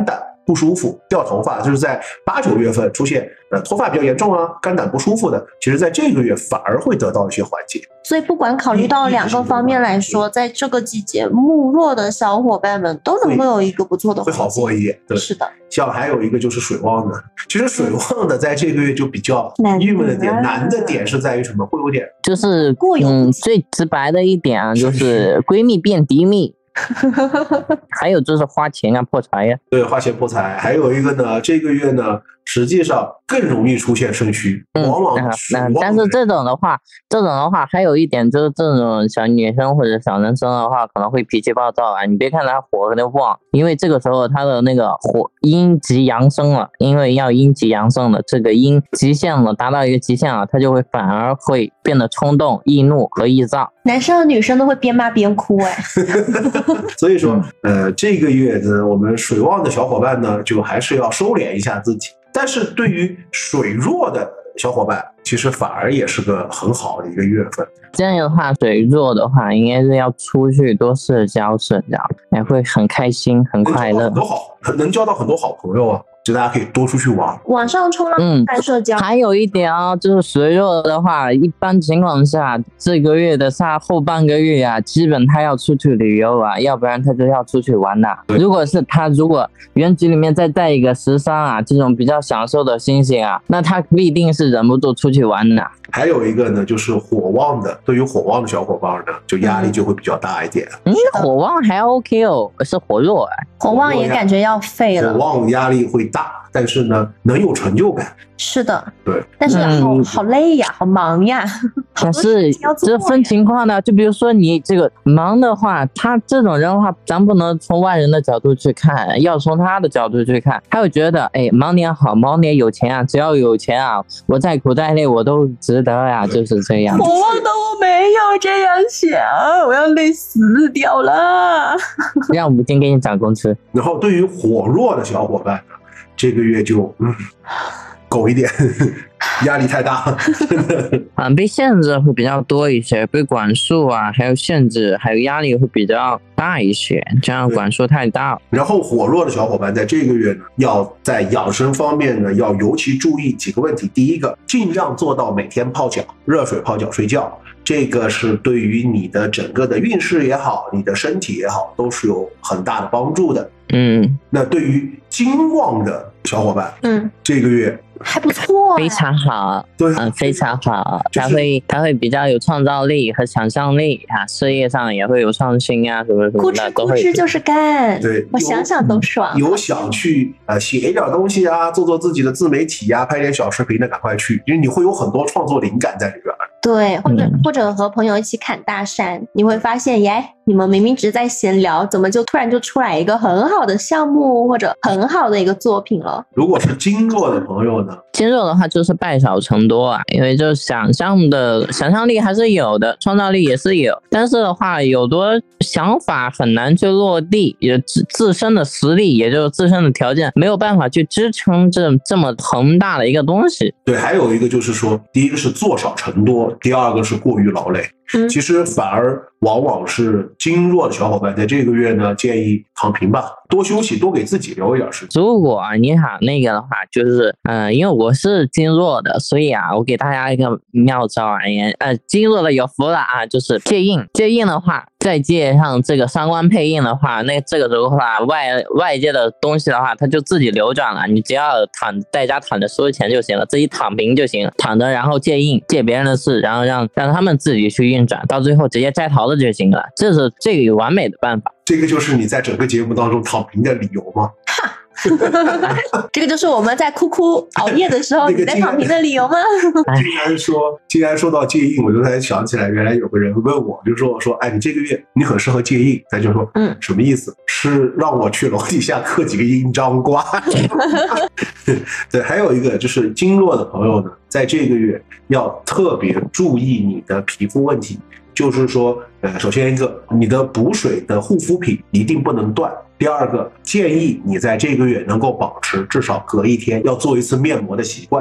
不舒服、掉头发，就是在八九月份出现呃脱发比较严重啊、肝胆不舒服的，其实在这个月反而会得到一些缓解。 所以不管考虑到两个方面来说，在这个季节木弱的小伙伴们都能够有一个不错的缓解， 会好过一点。对， 是的。 像还有一个就是水旺的，其实水旺的在这个月就比较郁闷的点，难的点是在于什么？会有点就是嗯，最直白的一点啊，就是闺蜜变敌蜜。还有就是花钱啊破财呀、啊， 对，花钱破财。还有一个呢，这个月呢，实际上更容易出现肾虚，往往、 嗯嗯、但是这种的话，这种的话还有一点就是这种小女生或者小男生的话，可能会脾气暴躁啊。你别看他火的旺，因为这个时候他的那个火阴极阳生了，因为要阴极阳生了，这个阴极限了，达到一个极限了，他就会反而会变得冲动、易怒和易躁。 男生和女生都会边骂边哭哎。 所以说，呃，这个月呢，我们水旺的小伙伴呢，就还是要收敛一下自己。但是对于水弱的小伙伴，其实反而也是个很好的一个月份。 这样的话，水弱的话，应该是要出去多社交社交，也会很开心、很快乐， 能交到很多好，能交到很多好朋友啊。就大家可以多出去玩， 网上冲浪、干社交。 还有一点啊，就是水弱的话，一般情况下，这个月的下后半个月啊，基本他要出去旅游啊，要不然他就要出去玩呐、啊。如果是他如果原局里面再带一个十三啊，这种比较享受的星星啊，那他必定是忍不住出去玩的、啊。 还有一个呢，就是火旺的，对于火旺的小伙伴呢，就压力就会比较大一点。 嗯，火旺还 OK 哦，是火弱哎、啊， 火旺也感觉要废了。 火旺压力会大，但是呢，能有成就感。 是的， 对， 但是好、嗯、好累呀，好忙呀。 可是这分情况的，就比如说你这个忙的话，他这种人的话，咱不能从外人的角度去看，要从他的角度去看。他会觉得，哎，忙点好，忙点有钱啊，只要有钱啊，我再苦再累我都值得呀、啊，就是这样。 我忘的我没有这样想，我要累死掉了。 让吴京给你涨工资。 然后对于火弱的小伙伴呢，这个月就嗯。狗一点，压力太大，真的啊，被限制会比较多一些，被管束啊，还有限制，还有压力会比较大一些，这样管束太大。 然后火弱的小伙伴在这个月呢，要在养生方面呢，要尤其注意几个问题。第一个，尽量做到每天泡脚，热水泡脚睡觉，这个是对于你的整个的运势也好，你的身体也好，都是有很大的帮助的。 嗯， 那对于金旺的小伙伴， 嗯， 这个月还不错、 非常好， 对， 嗯，非常好， 就是他会他会比较有创造力和想象力啊，事业上也会有创新啊，什么什么的都会。 咕哧就是干， 对， 我想想都爽。 有想去呃写一点东西啊，做做自己的自媒体啊，拍点小视频的，赶快去，因为你会有很多创作灵感在里边。 对，或者、 嗯、 或者和朋友一起砍大山，你会发现，耶，你们明明只是在闲聊，怎么就突然就出来一个很好的项目或者很好的一个作品了？ 如果是金弱的朋友呢？ 金弱的话就是败少成多啊，因为就想象的想象力还是有的，创造力也是有，但是的话，有多想法很难去落地，也自自身的实力，也就是自身的条件没有办法去支撑这这么宏大的一个东西。 对，还有一个就是说，第一个是做少成多，第二个是过于劳累。 嗯、 其实反而往往是金弱的小伙伴在这个月呢，建议躺平吧，多休息，多给自己留一点时间。 如果啊你想那个的话，就是嗯、呃，因为我是金弱的，所以啊，我给大家一个妙招啊，呃，金弱的有福了啊，就是借印，借印的话，再借上这个三官配印的话，那这个时候的话，外外界的东西的话，它就自己流转了，你只要躺在家躺着收钱就行了，自己躺平就行，躺着然后借印，借别人的事，然后让让他们自己去运转，到最后直接摘桃子就行了，这是这个完美的办法。 这个就是你在整个节目当中躺平的理由吗？ 这个就是我们在哭哭熬夜的时候你在躺平的理由吗？ 竟然说，竟然说到戒印，我就才想起来，原来有个人问我，就说说，哎，你这个月你很适合戒印，他就说， 嗯， 什么意思？是让我去楼底下刻几个印章挂？对，还有一个就是经络的朋友呢，在这个月要特别注意你的皮肤问题。就是说，呃，首先一个，你的补水的护肤品一定不能断。第二个，建议你在这个月能够保持至少隔一天要做一次面膜的习惯。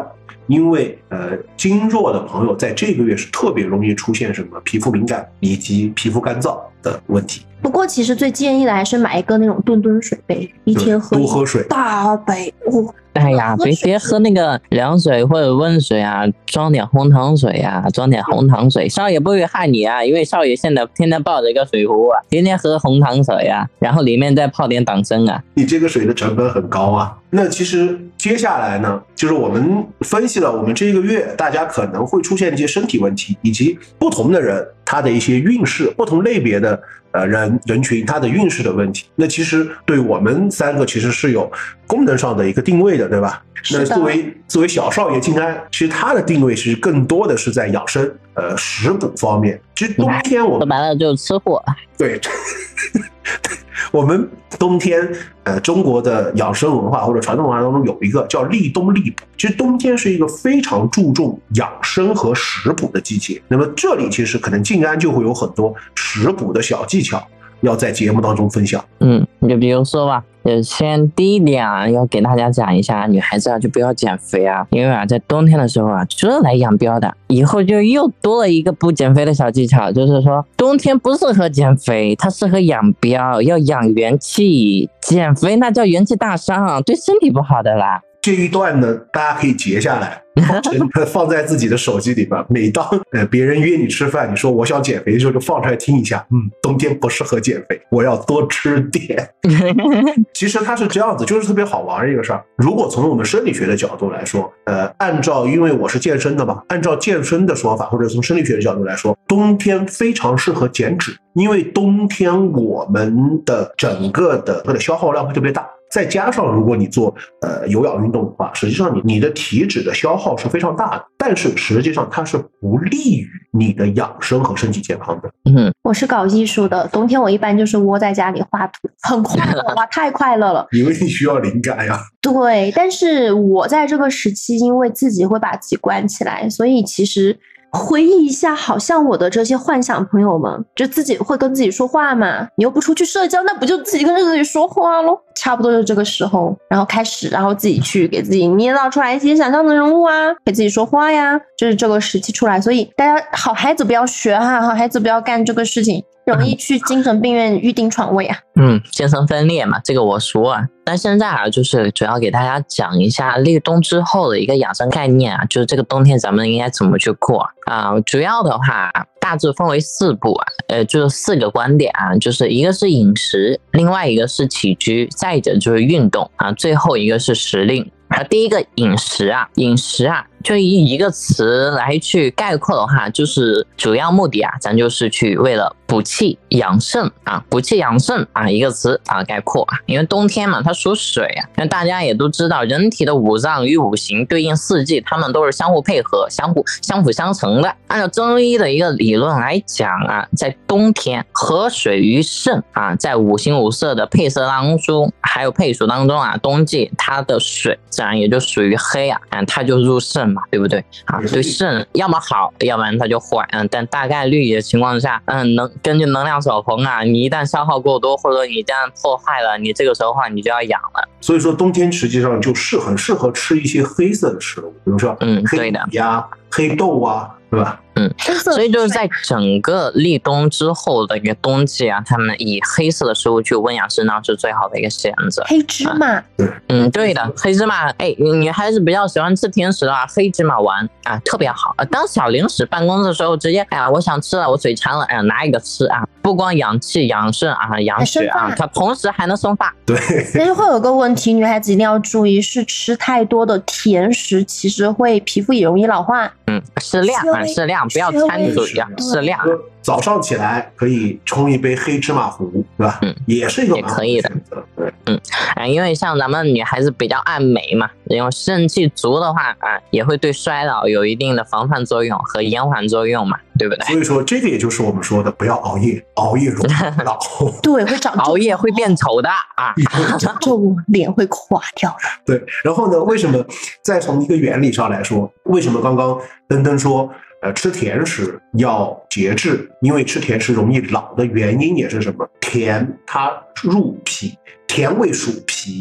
因为呃经弱的朋友在这个月是特别容易出现什么皮肤敏感以及皮肤干燥的问题。 不过其实最建议的还是买一个那种吨吨水杯，一天喝多喝水， 大杯。哦， 哎呀，别别喝那个凉水或者温水啊，装点红糖水啊，装点红糖水。少爷不会害你啊，因为少爷现在天天抱着一个水壶啊，天天喝红糖水啊，然后里面再泡点党参啊。 你这个水的成本很高啊。那其实接下来呢，就是我们分析了我们这个月大家可能会出现一些身体问题，以及不同的人他的一些运势，不同类别的呃人人群他的运势的问题。那其实对我们三个其实是有功能上的一个定位的，对吧？那作为作为小少爷静安，其实他的定位是更多的是在养生呃食补方面。其实冬天我们说白了就是吃货。 对。我们冬天，呃，中国的养生文化或者传统文化当中有一个叫立冬立补。其实冬天是一个非常注重养生和食补的季节。那么这里其实可能静安就会有很多食补的小技巧要在节目当中分享。 嗯，你就比如说吧，呃，先第一点啊，要给大家讲一下，女孩子啊就不要减肥啊，因为啊在冬天的时候啊就是来养膘的。以后就又多了一个不减肥的小技巧，就是说冬天不适合减肥，它适合养膘，要养元气。减肥那叫元气大伤，对身体不好的啦。 这一段呢，大家可以截下来，放在自己的手机里边。每当呃别人约你吃饭，你说我想减肥的时候，就放出来听一下。嗯，冬天不适合减肥，我要多吃点。其实它是这样子，就是特别好玩的一个事儿。如果从我们生理学的角度来说，呃，按照因为我是健身的嘛，按照健身的说法，或者从生理学的角度来说，冬天非常适合减脂，因为冬天我们的整个的它的消耗量会特别大。再加上如果你做呃有氧运动的话，实际上你你的体脂的消耗是非常大的，但是实际上它是不利于你的养生和身体健康的。 嗯， 我是搞艺术的，冬天我一般就是窝在家里画图，很快乐哇，太快乐了。 因为你需要灵感呀。 对，但是我在这个时期，因为自己会把自己关起来，所以其实回忆一下，好像我的这些幻想朋友们，就自己会跟自己说话嘛，你又不出去社交，那不就自己跟自己说话咯？差不多就是这个时候，然后开始，然后自己去给自己捏造出来一些想象的人物啊，给自己说话呀，就是这个时期出来。所以大家好孩子不要学哈，好孩子不要干这个事情，容易去精神病院预定床位啊。 嗯，精神分裂嘛，这个我说啊。但现在啊，就是主要给大家讲一下立冬之后的一个养生概念啊，就是这个冬天咱们应该怎么去过啊、呃？主要的话，大致分为四步啊，呃，就是四个观点啊，就是一个是饮食，另外一个是起居，再者就是运动啊，最后一个是时令。啊，第一个饮食啊，饮食啊，就以一个词来去概括的话，就是主要目的啊，咱就是去为了补气养肾啊，补气养肾啊，一个词啊概括啊。因为冬天嘛，它属水啊，那大家也都知道，人体的五脏与五行对应四季，它们都是相互配合、相互相辅相成的。按照中医的一个理论来讲啊，在冬天合水于肾啊，在五行五色的配色当中，还有配属当中啊，冬季它的水自然也就属于黑啊，嗯，它就入肾嘛，对不对啊？对肾要么好，要不然它就坏，嗯，但大概率的情况下，嗯，能根据能量守恒啊，你一旦消耗过多，或者你一旦破坏了，你这个时候的话，你就要养了。 所以说冬天实际上就是很适合吃一些黑色的食物，比如说嗯， 黑米呀、黑豆啊，对吧？ 嗯，所以就是在整个立冬之后的一个冬季啊，他们以黑色的食物去温养肾脏是最好的一个选择。 黑芝麻， 对， 嗯，对的，黑芝麻，哎，你还是比较喜欢吃甜食的话，黑芝麻丸啊特别好，当小零食，办公的时候直接，哎呀，我想吃了，我嘴馋了，哎呀，拿一个吃啊，不光养气、养肾啊、养血啊，它同时还能生发。 对， 但是会有个问题，女孩子一定要注意，是吃太多的甜食，其实会皮肤也容易老化。 嗯，适量啊，适量，不要参与呀，适量。 早上起来可以冲一杯黑芝麻糊，对吧？嗯，也是一个也可以的。对，嗯，啊，因为像咱们女孩子比较爱美嘛，因为肾气足的话啊，也会对衰老有一定的防范作用和延缓作用嘛，对不对？ 所以说，这个也就是我们说的，不要熬夜，熬夜容易老。 对，会长熬夜会变丑的啊， 皱纹，脸会垮掉的。 对，然后呢，为什么再从一个原理上来说，为什么刚刚登登说？呃，吃甜食要节制，因为吃甜食容易老的原因也是什么？甜它入脾，甜味属脾，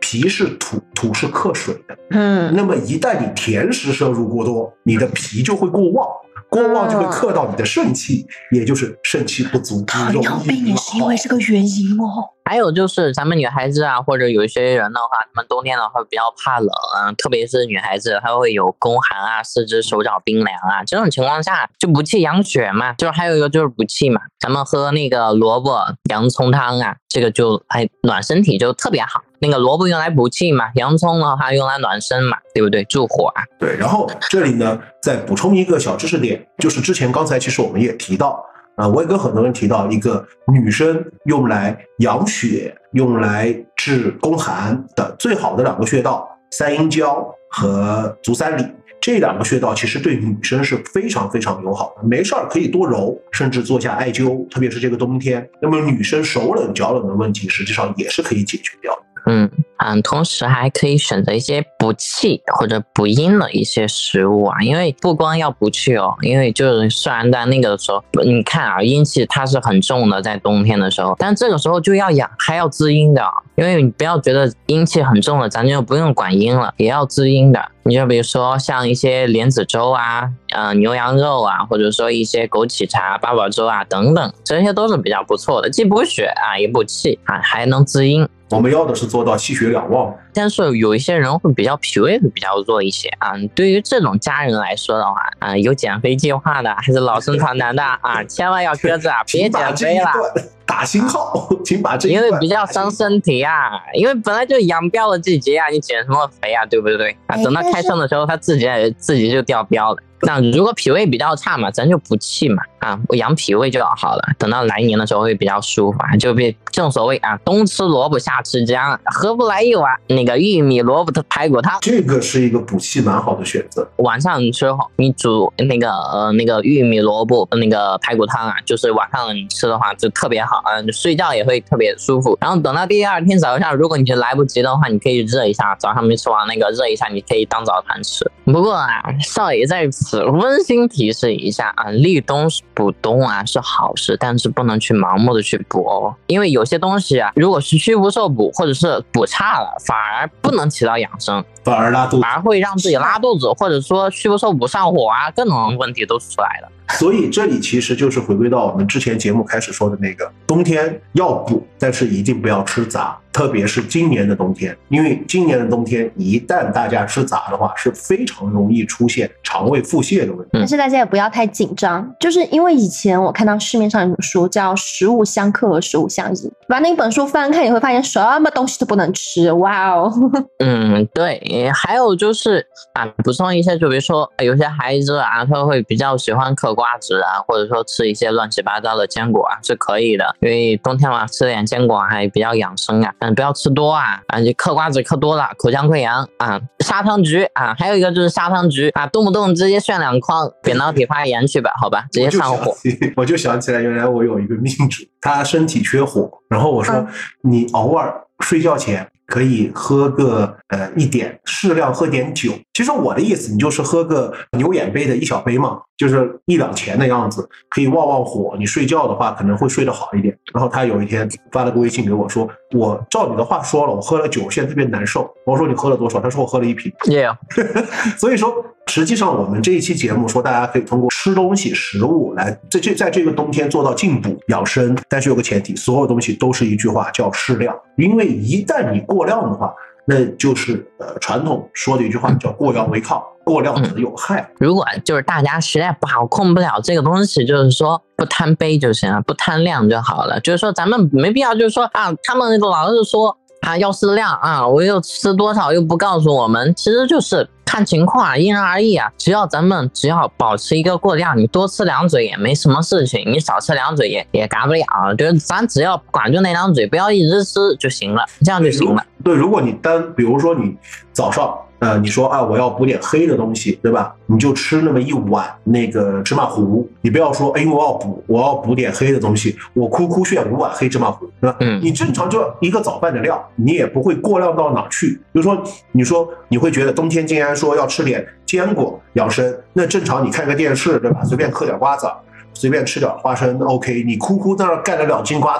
脾是土，土是克水的， 嗯， 那么一旦你甜食摄入过多，你的脾就会过旺。过旺就会克到你的肾气，嗯、也就是肾气不足， 糖尿病也是因为这个原因哦。 还有就是咱们女孩子啊，或者有一些人的话，他们冬天的话比较怕冷，特别是女孩子，她会有宫寒啊，四肢手脚冰凉啊，这种情况下就补气养血嘛。就是还有一个就是补气嘛，咱们喝那个萝卜洋葱汤啊，这个就还暖身体就特别好。那个萝卜用来补气嘛，洋葱的话用来暖身嘛，对不对？助火啊。 对，然后这里呢再补充一个小知识点，就是之前刚才其实我们也提到。呃，我也跟很多人提到一个女生用来养血、用来治宫寒的最好的两个穴道，三阴交和足三里。这两个穴道其实对女生是非常非常友好的，没事儿可以多揉，甚至做下艾灸，特别是这个冬天。那么女生手冷脚冷的问题，实际上也是可以解决掉的。 嗯嗯，同时还可以选择一些补气或者补阴的一些食物啊，因为不光要补气哦，因为就是虽然在那个的时候，你看啊，阴气它是很重的，在冬天的时候，但这个时候就要养，还要滋阴的，因为你不要觉得阴气很重了，咱就不用管阴了，也要滋阴的。你就比如说像一些莲子粥啊，呃牛羊肉啊，或者说一些枸杞茶、八宝粥啊等等，这些都是比较不错的，既补血啊，也补气啊，还能滋阴。 我们要的是做到气血两旺， 但是有一些人会比较脾胃会比较弱一些啊。对于这种家人来说的话啊，有减肥计划的还是老生常谈的啊，千万要搁着啊，别减肥了。 打星号，请把这一因为比较伤身体啊，因为本来就养膘的季节啊，你减什么肥啊，对不对啊？等到开春的时候，它自己自己就掉膘了。那如果脾胃比较差嘛，咱就补气嘛，啊，我养脾胃就好了。等到来年的时候会比较舒服啊，就别正所谓啊，冬吃萝卜夏吃姜，何不来一碗那个玉米萝卜的排骨汤？ 这个是一个补气蛮好的选择。 晚上你吃后，你煮那个呃那个玉米萝卜那个排骨汤啊，就是晚上你吃的话就特别好啊，你睡觉也会特别舒服。然后等到第二天早上，如果你来不及的话，你可以热一下，早上没吃完那个热一下，你可以当早餐吃。不过啊，少爷在此温馨提示一下啊，立冬补冬啊是好事，但是不能去盲目的去补哦，因为有些东西啊，如果是虚不受补或者是补差了，反而不能起到养生， 反而拉肚子， 反而会让自己拉肚子，或者说虚不受补上火啊，各种问题都出来了。 所以这里其实就是回归到我们之前节目开始说的那个，冬天要补，但是一定不要吃杂，特别是今年的冬天，因为今年的冬天一旦大家吃杂的话，是非常容易出现肠胃腹泻的问题。 但是大家也不要太紧张，就是因为以前我看到市面上有一本书叫《食物相克和食物相依》，把那本书翻开你会发现什么东西都不能吃，哇哦！ 嗯，对，还有就是啊，补充一些，就比如说有些孩子啊，他会比较喜欢嗑瓜子啊，或者说吃一些乱七八糟的坚果啊，是可以的，因为冬天嘛，吃点坚果还比较养生啊，但不要吃多啊，啊，你嗑瓜子嗑多了，口腔溃疡啊，砂糖橘啊，还有一个就是砂糖橘啊，动不动直接炫两筐，扁桃体发炎去吧，好吧，直接上火。 我就想起来，原来我有一个命主，他身体缺火，然后我说、嗯、你偶尔睡觉前可以喝个呃一点，适量喝点酒。其实我的意思，你就是喝个牛眼杯的一小杯嘛，就是一两钱的样子，可以旺旺火。你睡觉的话可能会睡得好一点。然后他有一天发了个微信给我说，我照你的话说了，我喝了酒，现在特别难受。我说你喝了多少？他说我喝了一瓶。 Yeah. 所以说，实际上我们这一期节目说，大家可以通过吃东西、食物来在这在这个冬天做到进补养生，但是有个前提，所有东西都是一句话，叫适量。因为一旦你过量的话，那就是呃传统说的一句话叫过阳为亢，过量则有害、嗯。 如果就是大家实在把控不了这个东西，就是说不贪杯就行了，不贪量就好了。就是说咱们没必要就是说啊，他们老是说啊要适量啊，我又吃多少又不告诉我们，其实就是看情况啊，因人而异啊。只要咱们只要保持一个过量，你多吃两嘴也没什么事情，你少吃两嘴也也嘎不了，就是咱只要管住那两嘴，不要一直吃就行了，这样就行了。 对，如果你单比如说你早上呃，你说啊，我要补点黑的东西，对吧？你就吃那么一碗那个芝麻糊，你不要说，哎，我要补，我要补点黑的东西，我哭哭炫五碗黑芝麻糊，对吧？嗯，你正常就一个早饭的量，你也不会过量到哪去。比如说，你说你会觉得冬天竟然说要吃点坚果养生，那正常你看个电视，对吧？随便嗑点瓜子，随便吃点花生 ，OK， 你哭哭在那干得了金瓜子。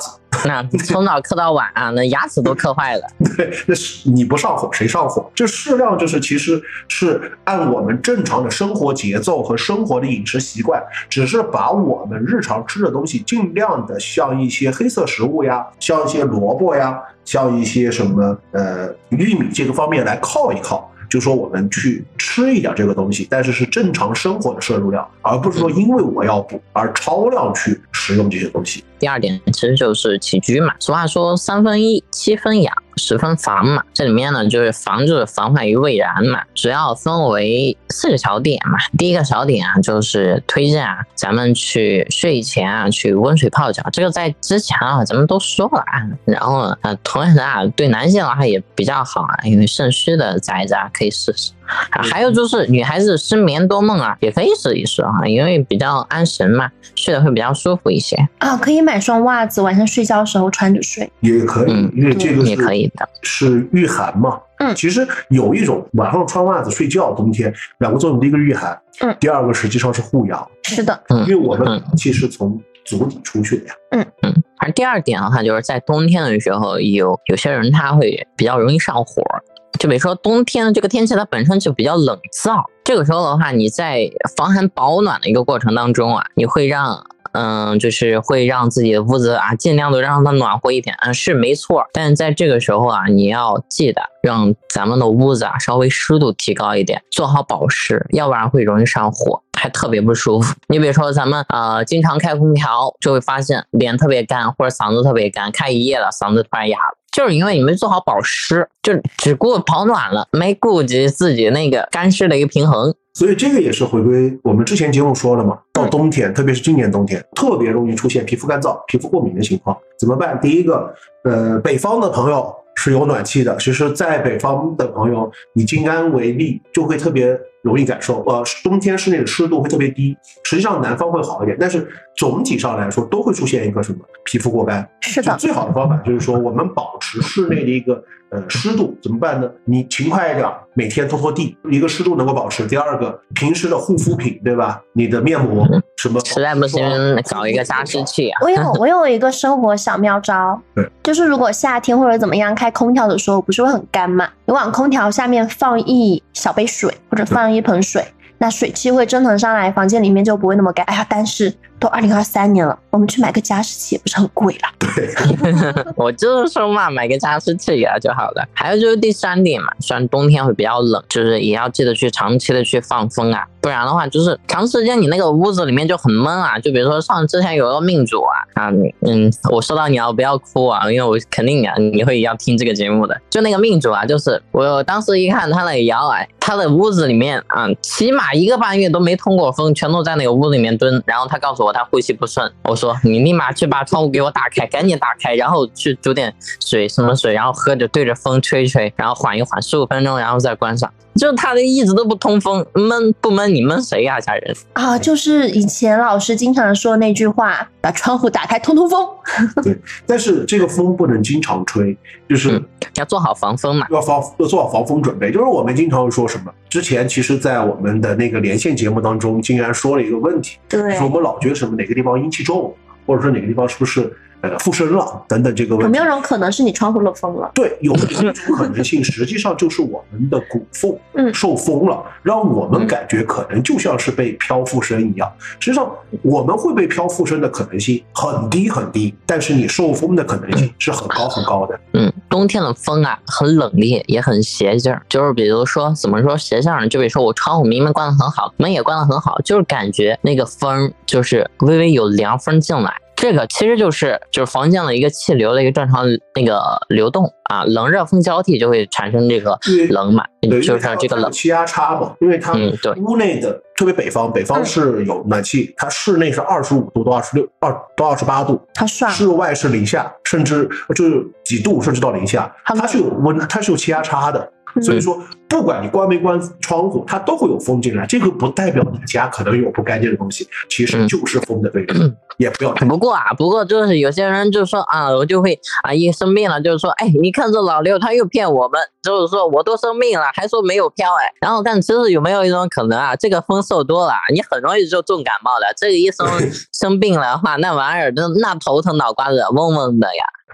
那从早嗑到晚啊，那牙齿都嗑坏了。 对，那是你不上火谁上火？这适量就是其实是按我们正常的生活节奏和生活的饮食习惯，只是把我们日常吃的东西尽量的像一些黑色食物呀，像一些萝卜呀，像一些什么呃玉米这个方面来靠一靠。就说我们去吃一点这个东西，但是是正常生活的摄入量，而不是说因为我要补而超量去食用这些东西。 第二点其实就是起居嘛，俗话说三分益，七分养，十分防嘛。这里面呢就是防止防患于未然嘛，主要分为四个小点嘛。第一个小点啊，就是推荐啊咱们去睡前啊去温水泡脚，这个在之前啊咱们都说了啊。然后呢，呃，同时啊对男性的话也比较好啊，因为肾虚的宅子啊可以试试。啊、还有就是女孩子失眠多梦啊，也可以试一试啊，因为比较安神嘛，睡得会比较舒服一些啊。可以买双袜子，晚上睡觉的时候穿着睡也可以，嗯、因为这个是也可以的， 是御寒嘛。 嗯， 其实有一种晚上穿袜子睡觉，冬天两个作用，第一个御寒， 嗯， 第二个实际上是护阳。 是的， 因为我们其实从足底出去的呀。 嗯嗯。而第二点的话，就是在冬天的时候，有有些人他会比较容易上火。就比如说冬天这个天气它本身就比较冷燥，这个时候的话你在防寒保暖的一个过程当中啊，你会让嗯，就是会让自己的屋子啊尽量的让它暖和一点，嗯，是没错。但是在这个时候啊，你要记得让咱们的屋子啊稍微湿度提高一点，做好保湿，要不然会容易上火，还特别不舒服。你比如说咱们呃经常开空调，就会发现脸特别干或者嗓子特别干，开一夜了嗓子突然哑了，就是因为你没做好保湿，就只顾保暖了，没顾及自己那个干湿的一个平衡。 所以这个也是回归我们之前节目说了嘛，到冬天，特别是今年冬天，特别容易出现皮肤干燥、皮肤过敏的情况，怎么办？第一个，呃，北方的朋友是有暖气的，其实在北方的朋友，以静安为例，就会特别容易感受，呃，冬天室内的湿度会特别低，实际上南方会好一点，但是总体上来说都会出现一个什么皮肤过干。 是的， 最好的方法就是说，我们保持室内的一个呃湿度，怎么办呢？你勤快一点，每天拖拖地，一个湿度能够保持。第二个，平时的护肤品，对吧？你的面膜什么， 实在不行搞一个加湿器啊。 我有我有一个生活小妙招， 对， 就是如果夏天或者怎么样开空调的时候，不是会很干嘛？你往空调下面放一小杯水，或者放一盆水。那水汽会蒸腾上来，房间里面就不会那么干。哎呀，但是都二零二三年了，我们去买个加湿器也不是很贵啦。 对， 我就是说嘛，买个加湿器啊就好了。还有就是第三点嘛，虽然冬天会比较冷，就是也要记得去长期的去放风啊，不然的话就是长时间你那个屋子里面就很闷啊。就比如说上之前有个命主啊啊嗯，我说到你要不要哭啊，因为我肯定啊你会要听这个节目的。就那个命主啊，就是我当时一看他那个摇啊，他的屋子里面啊，起码一个半月都没通过风，全都在那个屋里面蹲。然后他告诉我他呼吸不顺，我说你立马去把窗户给我打开，赶紧打开，然后去煮点水，什么水，然后喝着对着风吹吹，然后缓一缓十五分钟，然后再关上。就他的一直都不通风，闷不闷你闷谁呀、啊、家人啊？就是以前老师经常说那句话，把窗户打开通通风。 对，但是这个风不能经常吹，就是、嗯、 要做好防风嘛， 要防要做好防风准备。就是我们经常会说什么，之前其实在我们的那个连线节目当中竟然说了一个问题， 对， 就是我们老觉得什么哪个地方阴气重，或者说哪个地方是不是呃附身了等等这个问题。 有没有种可能是你窗户漏风了？ 对，有一种可能性实际上就是我们的骨缝受风了，让我们感觉可能就像是被漂附身一样。实际上我们会被漂附身的可能性很低很低，但是你受风的可能性是很高很高的。 嗯，冬天的风啊很冷冽也很邪劲儿，就是比如说怎么说邪劲儿，就比如说我窗户明明关得很好，门也关得很好，就是感觉那个风就是微微有凉风进来，这个其实就是就是房间的一个气流的一个正常那个流动啊，冷热风交替就会产生这个冷嘛，就是这个冷气压差嘛，因为它屋内的、嗯、特别北方，北方是有暖气，它室内是二十五度到二十六二到二十八度， 它爽， 室外是零下，甚至就是几度甚至到零下，它是有温，它是有气压差的。所以说不管你关没关窗户，它都会有风进来，这个不代表你家可能有不干净的东西，其实就是风的威力、嗯、也不要不过啊不过就是有些人就说啊，我就会啊一生病了就是说，哎，你看这老刘他又骗我们，就是说我都生病了还说没有飘，哎，然后但其实有没有一种可能啊，这个风受多了你很容易就重感冒了，这个一生生病了的话那玩意儿那头疼脑瓜子嗡嗡的呀。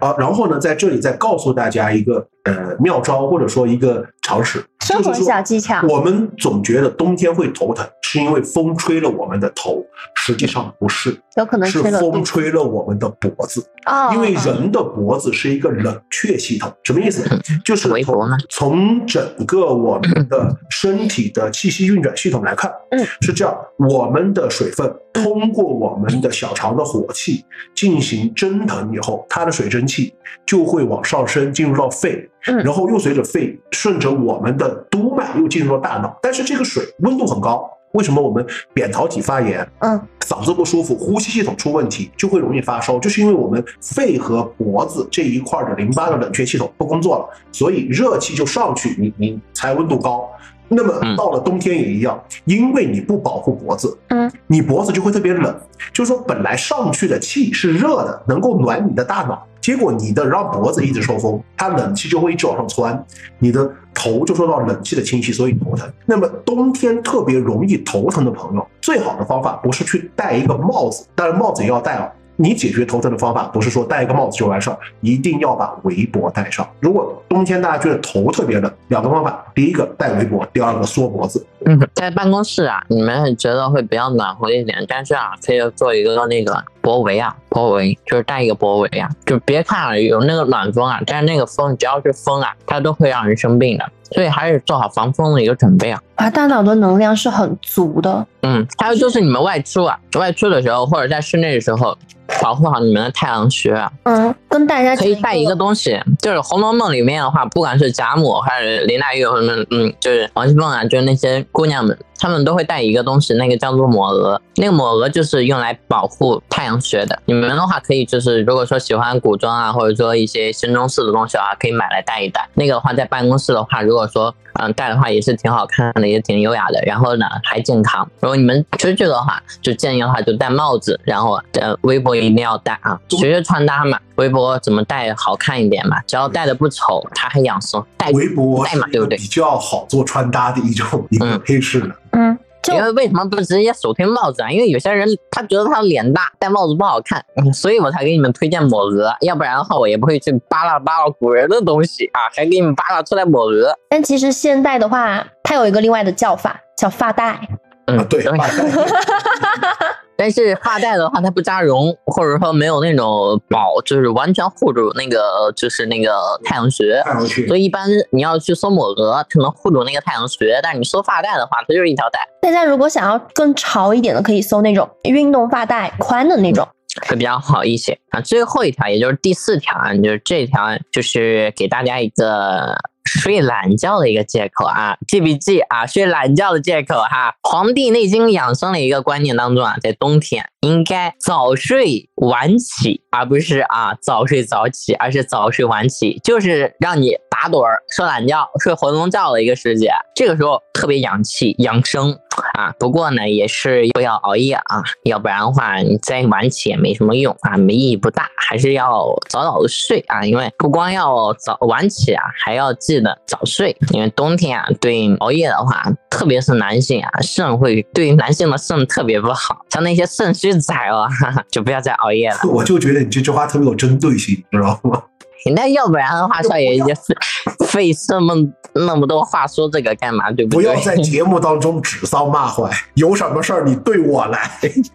啊，然后呢，在这里再告诉大家一个呃妙招，或者说一个常识， 生活小技巧。 我们总觉得冬天会头疼，是因为风吹了我们的头，实际上不是， 有可能是风吹了我们的脖子。 哦， 因为人的脖子是一个冷却系统，什么意思？就是从从整个我们的身体的气息运转系统来看， 嗯， 是这样，我们的水分通过我们的小肠的火气进行蒸腾以后，它的水蒸气就会往上升，进入到肺，然后又随着肺顺着我们的督脉又进入到大脑。但是这个水温度很高，为什么我们扁桃体发炎，嗯，嗓子不舒服，呼吸系统出问题，就会容易发烧？就是因为我们肺和脖子这一块的淋巴的冷却系统不工作了，所以热气就上去，你你才温度高。那么到了冬天也一样，因为你不保护脖子，嗯，你脖子就会特别冷。就是说，本来上去的气是热的，能够暖你的大脑，结果你的让脖子一直受风，它冷气就会一直往上窜，你的头就受到冷气的侵袭，所以头疼。那么冬天特别容易头疼的朋友，最好的方法不是去戴一个帽子，当然帽子也要戴啊。你解决头疼的方法不是说戴一个帽子就完事儿，一定要把围脖戴上。如果冬天大家觉得头特别冷，两个方法，第一个戴围脖，第二个缩脖子。 嗯，在办公室啊，你们觉得会比较暖和一点，但是啊，可以做一个那个脖围啊，脖围就是戴一个脖围啊，就别看啊有那个暖风啊，但是那个风只要是风啊，它都会让人生病的，所以还是做好防风的一个准备啊。 啊，大脑的能量是很足的。 嗯，还有就是你们外出啊，外出的时候或者在室内的时候，保护好你们的太阳穴啊。 嗯，跟大家可以带一个东西，就是《红楼梦》里面的话，不管是贾母还是林黛玉什么，嗯，就是王熙凤啊，就是那些姑娘们，她们都会带一个东西，那个叫做抹额。那个抹额就是用来保护太阳穴的。你们的话可以就是，如果说喜欢古装啊，或者说一些新中式的东西啊，可以买来带一带。那个的话，在办公室的话，如果说嗯戴的话，也是挺好看的，也挺优雅的。然后呢，还健康。如果你们出去的话，就建议的话就戴帽子，然后呃围脖一定要戴啊，学学穿搭嘛。围脖怎么戴好看一点嘛？只要戴的不丑，它还养生。戴围脖戴嘛，对不对？ 比较好做穿搭的一种一个配饰的。 嗯， 因为为什么不直接手推帽子啊？因为有些人他觉得他脸大，戴帽子不好看，嗯、所以我才给你们推荐抹额。要不然的话，我也不会去扒拉扒拉古人的东西啊，还给你们扒拉出来抹额。 但其实现代的话，它有一个另外的叫法，叫发带。 嗯，啊、对，发带。 但是发带的话，它不扎绒，或者说没有那种保，就是完全护住那个，就是那个太阳穴。所以一般你要去搜抹额，它能护住那个太阳穴，但是你搜发带的话，它就是一条带。 大家如果想要更潮一点的，可以搜那种运动发带，宽的那种。 会比较好一些啊。最后一条，也就是第四条啊，就是这条，就是给大家一个睡懒觉的一个借口啊，记不记啊？睡懒觉的借口哈。《黄帝内经》养生的一个观念当中啊，在冬天应该早睡晚起，而不是啊早睡早起，而是早睡晚起，就是让你打盹儿、睡懒觉、睡回笼觉的一个时节。这个时候特别养气养生啊。不过呢，也是不要熬夜啊，要不然的话你再晚起也没什么用啊，没意义不大，还是要早早的睡啊。因为不光要早晚起啊，还要记得早睡。因为冬天啊，对熬夜的话，特别是男性啊，肾会对男性的肾特别不好，像那些肾虚仔哦，哈哈，就不要再熬夜了。 我就觉得你这句话特别有针对性，知道吗？ 那要不然的话，少爷也费这么那么多话说这个干嘛？对不对？ 不要在节目当中指桑骂槐，有什么事儿你对我来。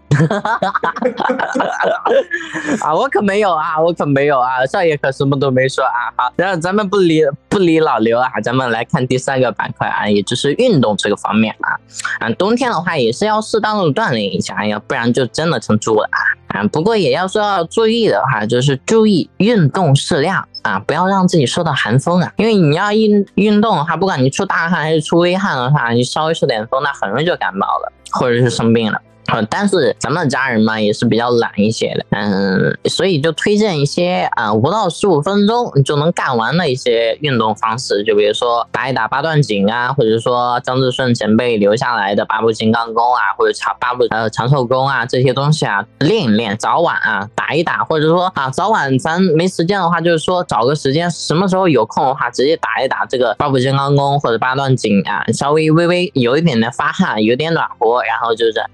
啊，我可没有啊，我可没有啊，少爷可什么都没说啊。好，然后咱们不理不理老刘啊，咱们来看第三个板块啊，也就是运动这个方面啊。啊，冬天的话也是要适当的锻炼一下，要不然就真的成猪了啊。啊，不过也要说要注意的话，就是注意运动适量啊，不要让自己受到寒风啊。因为你要运运动的话，不管你出大汗还是出微汗的话，你稍微受点风，那很容易就感冒了，或者是生病了。呃，但是咱们的家人嘛也是比较懒一些的，嗯，所以就推荐一些啊五到十五分钟你就能干完的一些运动方式，就比如说打一打八段锦啊，或者说张志顺前辈留下来的八步金刚功啊，或者长八步呃长寿功啊，这些东西啊练一练，早晚啊打一打，或者说啊早晚咱没时间的话，就是说找个时间，什么时候有空的话，直接打一打这个八步金刚功或者八段锦啊，稍微微微有一点的发汗，有点暖和，然后就是呃就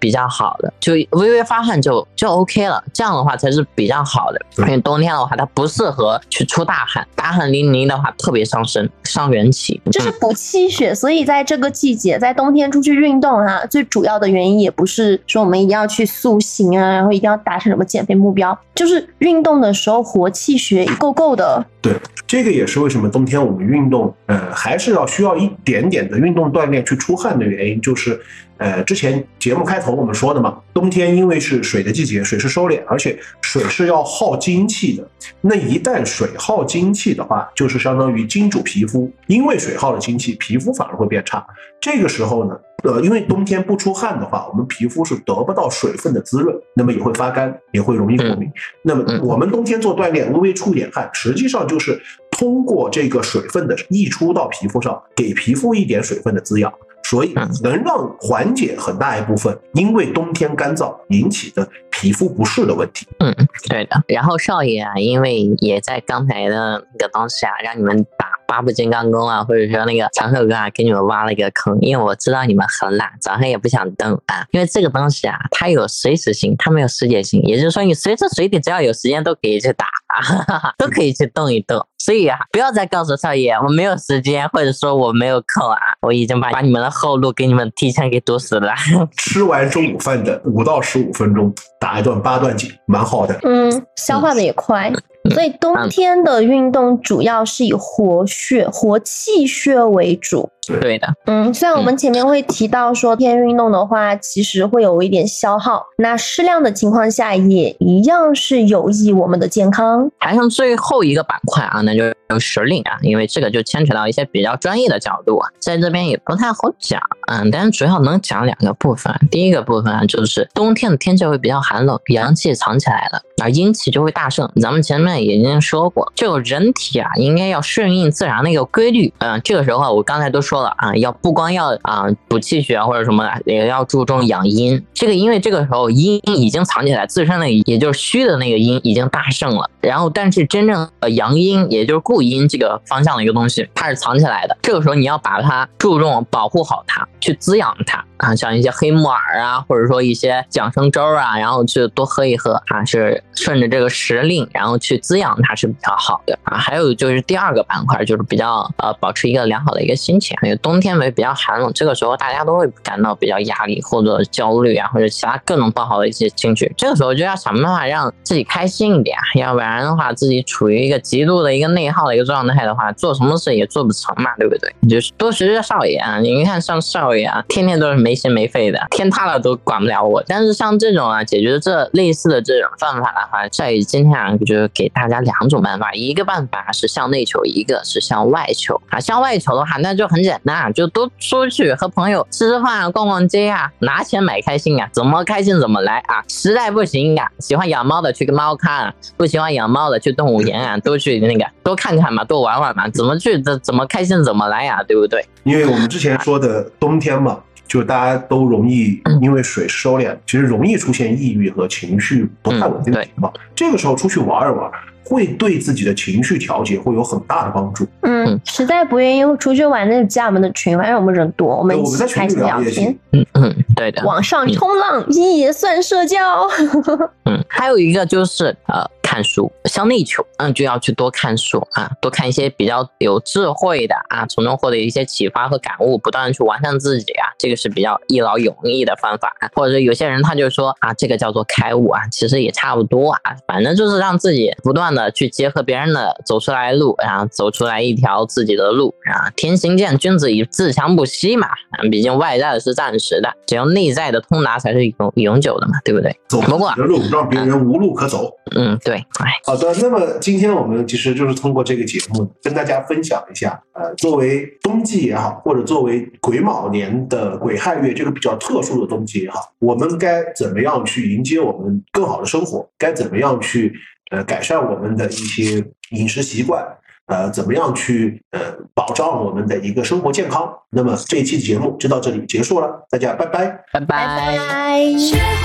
比较好的，就微微发汗就就 OK 了，这样的话才是比较好的。因为冬天的话它不适合去出大汗，大汗淋漓的话特别伤身伤元气， 这是补气血。所以在这个季节在冬天出去运动啊，最主要的原因也不是说我们一定要去塑形啊，然后一定要达成什么减肥目标，就是运动的时候活气血够够的。 对，这个也是为什么冬天我们运动呃还是要需要一点点的运动锻炼去出汗的原因，就是呃之前节目开头我们说的嘛，冬天因为是水的季节，水是收敛，而且水是要耗精气的，那一旦水耗精气的话，就是相当于金主皮肤，因为水耗了精气，皮肤反而会变差。这个时候呢呃，因为冬天不出汗的话，我们皮肤是得不到水分的滋润，那么也会发干，也会容易过敏。那么我们冬天做锻炼，微微出点汗，实际上就是通过这个水分的溢出到皮肤上，给皮肤一点水分的滋养，所以能让缓解很大一部分因为冬天干燥引起的皮肤不适的问题。 嗯，对的。然后少爷啊，因为也在刚才的那个东西啊，让你们打八部金刚功啊，或者说那个长寿哥啊，给你们挖了一个坑，因为我知道你们很懒，早上也不想动啊。因为这个东西啊，它有随时性，它没有世界性，也就是说你随时随地只要有时间都可以去打，哈哈哈，都可以去动一动。所以啊，不要再告诉少爷我没有时间，或者说我没有空啊，我已经把把你们的后路给你们提前给堵死了。 吃完中午饭的五到十五分钟打一段八段锦，蛮好的。 嗯，消化的也快。所以冬天的运动主要是以活血、活气血为主。 对的， 嗯，虽然我们前面会提到说天运动的话其实会有一点消耗，那适量的情况下也一样是有益我们的健康。 还剩最后一个板块啊，那就是时令啊，因为这个就牵扯到一些比较专业的角度啊，在这边也不太好讲，嗯，但是主要能讲两个部分。第一个部分啊，就是冬天的天气会比较寒冷，阳气藏起来了，而阴气就会大盛。咱们前面已经说过，这个人体啊应该要顺应自然的一个规律，嗯，这个时候啊，我刚才都说了啊，要不光要啊补气血或者什么的，也要注重养阴。这个因为这个时候阴已经藏起来，自身的也就是虚的那个阴已经大盛了，然后但是真正呃阳阴也就是固阴这个方向的一个东西它是藏起来的，这个时候你要把它注重保护好它，去滋养它啊，像一些黑木耳啊，或者说一些养生粥啊，然后去多喝一喝啊，是顺着这个时令然后去滋养它是比较好的啊。还有就是第二个板块就是比较呃保持一个良好的一个心情，因为冬天为比较寒冷，这个时候大家都会感到比较压力或者焦虑啊，或者其他各种不好的一些情绪，这个时候就要想办法让自己开心一点，要不然的话自己处于一个极度的一个内耗的一个状态的话，做什么事也做不成嘛，对不对？就是多学学少爷啊，你看像少爷啊，天天都是没心没肺的，天塌了都管不了我。但是像这种啊，解决这类似的这种办法的话，少爷今天啊就给大家两种办法，一个办法是向内求，一个是向外求啊。向外求的话，那就很简单，就多出去和朋友吃吃饭啊，逛逛街啊，拿钱买开心啊，怎么开心怎么来啊。实在不行啊，喜欢养猫的去跟猫看啊，不喜欢养猫的去动物园啊，都去那个多看看嘛，多玩玩嘛，怎么去怎么开心怎么来呀，对不对？ 因为我们之前说的冬天嘛，就大家都容易因为水收敛，其实容易出现抑郁和情绪不太稳定的情况。这个时候出去玩一玩，会对自己的情绪调节会有很大的帮助。 嗯，实在不愿意出去玩，那就加我们的群，反正我们人多，我们一起开心聊天。 嗯嗯，对的。 网上冲浪也算社交。 嗯，还有一个就是呃。看书，向内求，嗯，就要去多看书啊，多看一些比较有智慧的啊，从中获得一些启发和感悟，不断的去完善自己啊，这个是比较一劳永逸的方法。或者有些人他就说啊，这个叫做开悟啊，其实也差不多啊，反正就是让自己不断的去结合别人的走出来路，然后走出来一条自己的路啊。天行健，君子以自强不息嘛，啊，毕竟外在的是暂时的，只有内在的通达才是永永久的嘛，对不对？ 走自己的路，让别人无路可走。 嗯，对。 好的，那么今天我们其实就是通过这个节目跟大家分享一下，呃，作为冬季也好，或者作为癸卯年的癸亥月这个比较特殊的冬季也好，我们该怎么样去迎接我们更好的生活？该怎么样去呃改善我们的一些饮食习惯？呃，怎么样去呃保障我们的一个生活健康？那么这一期的节目就到这里结束了，大家拜拜， 拜拜。 拜拜。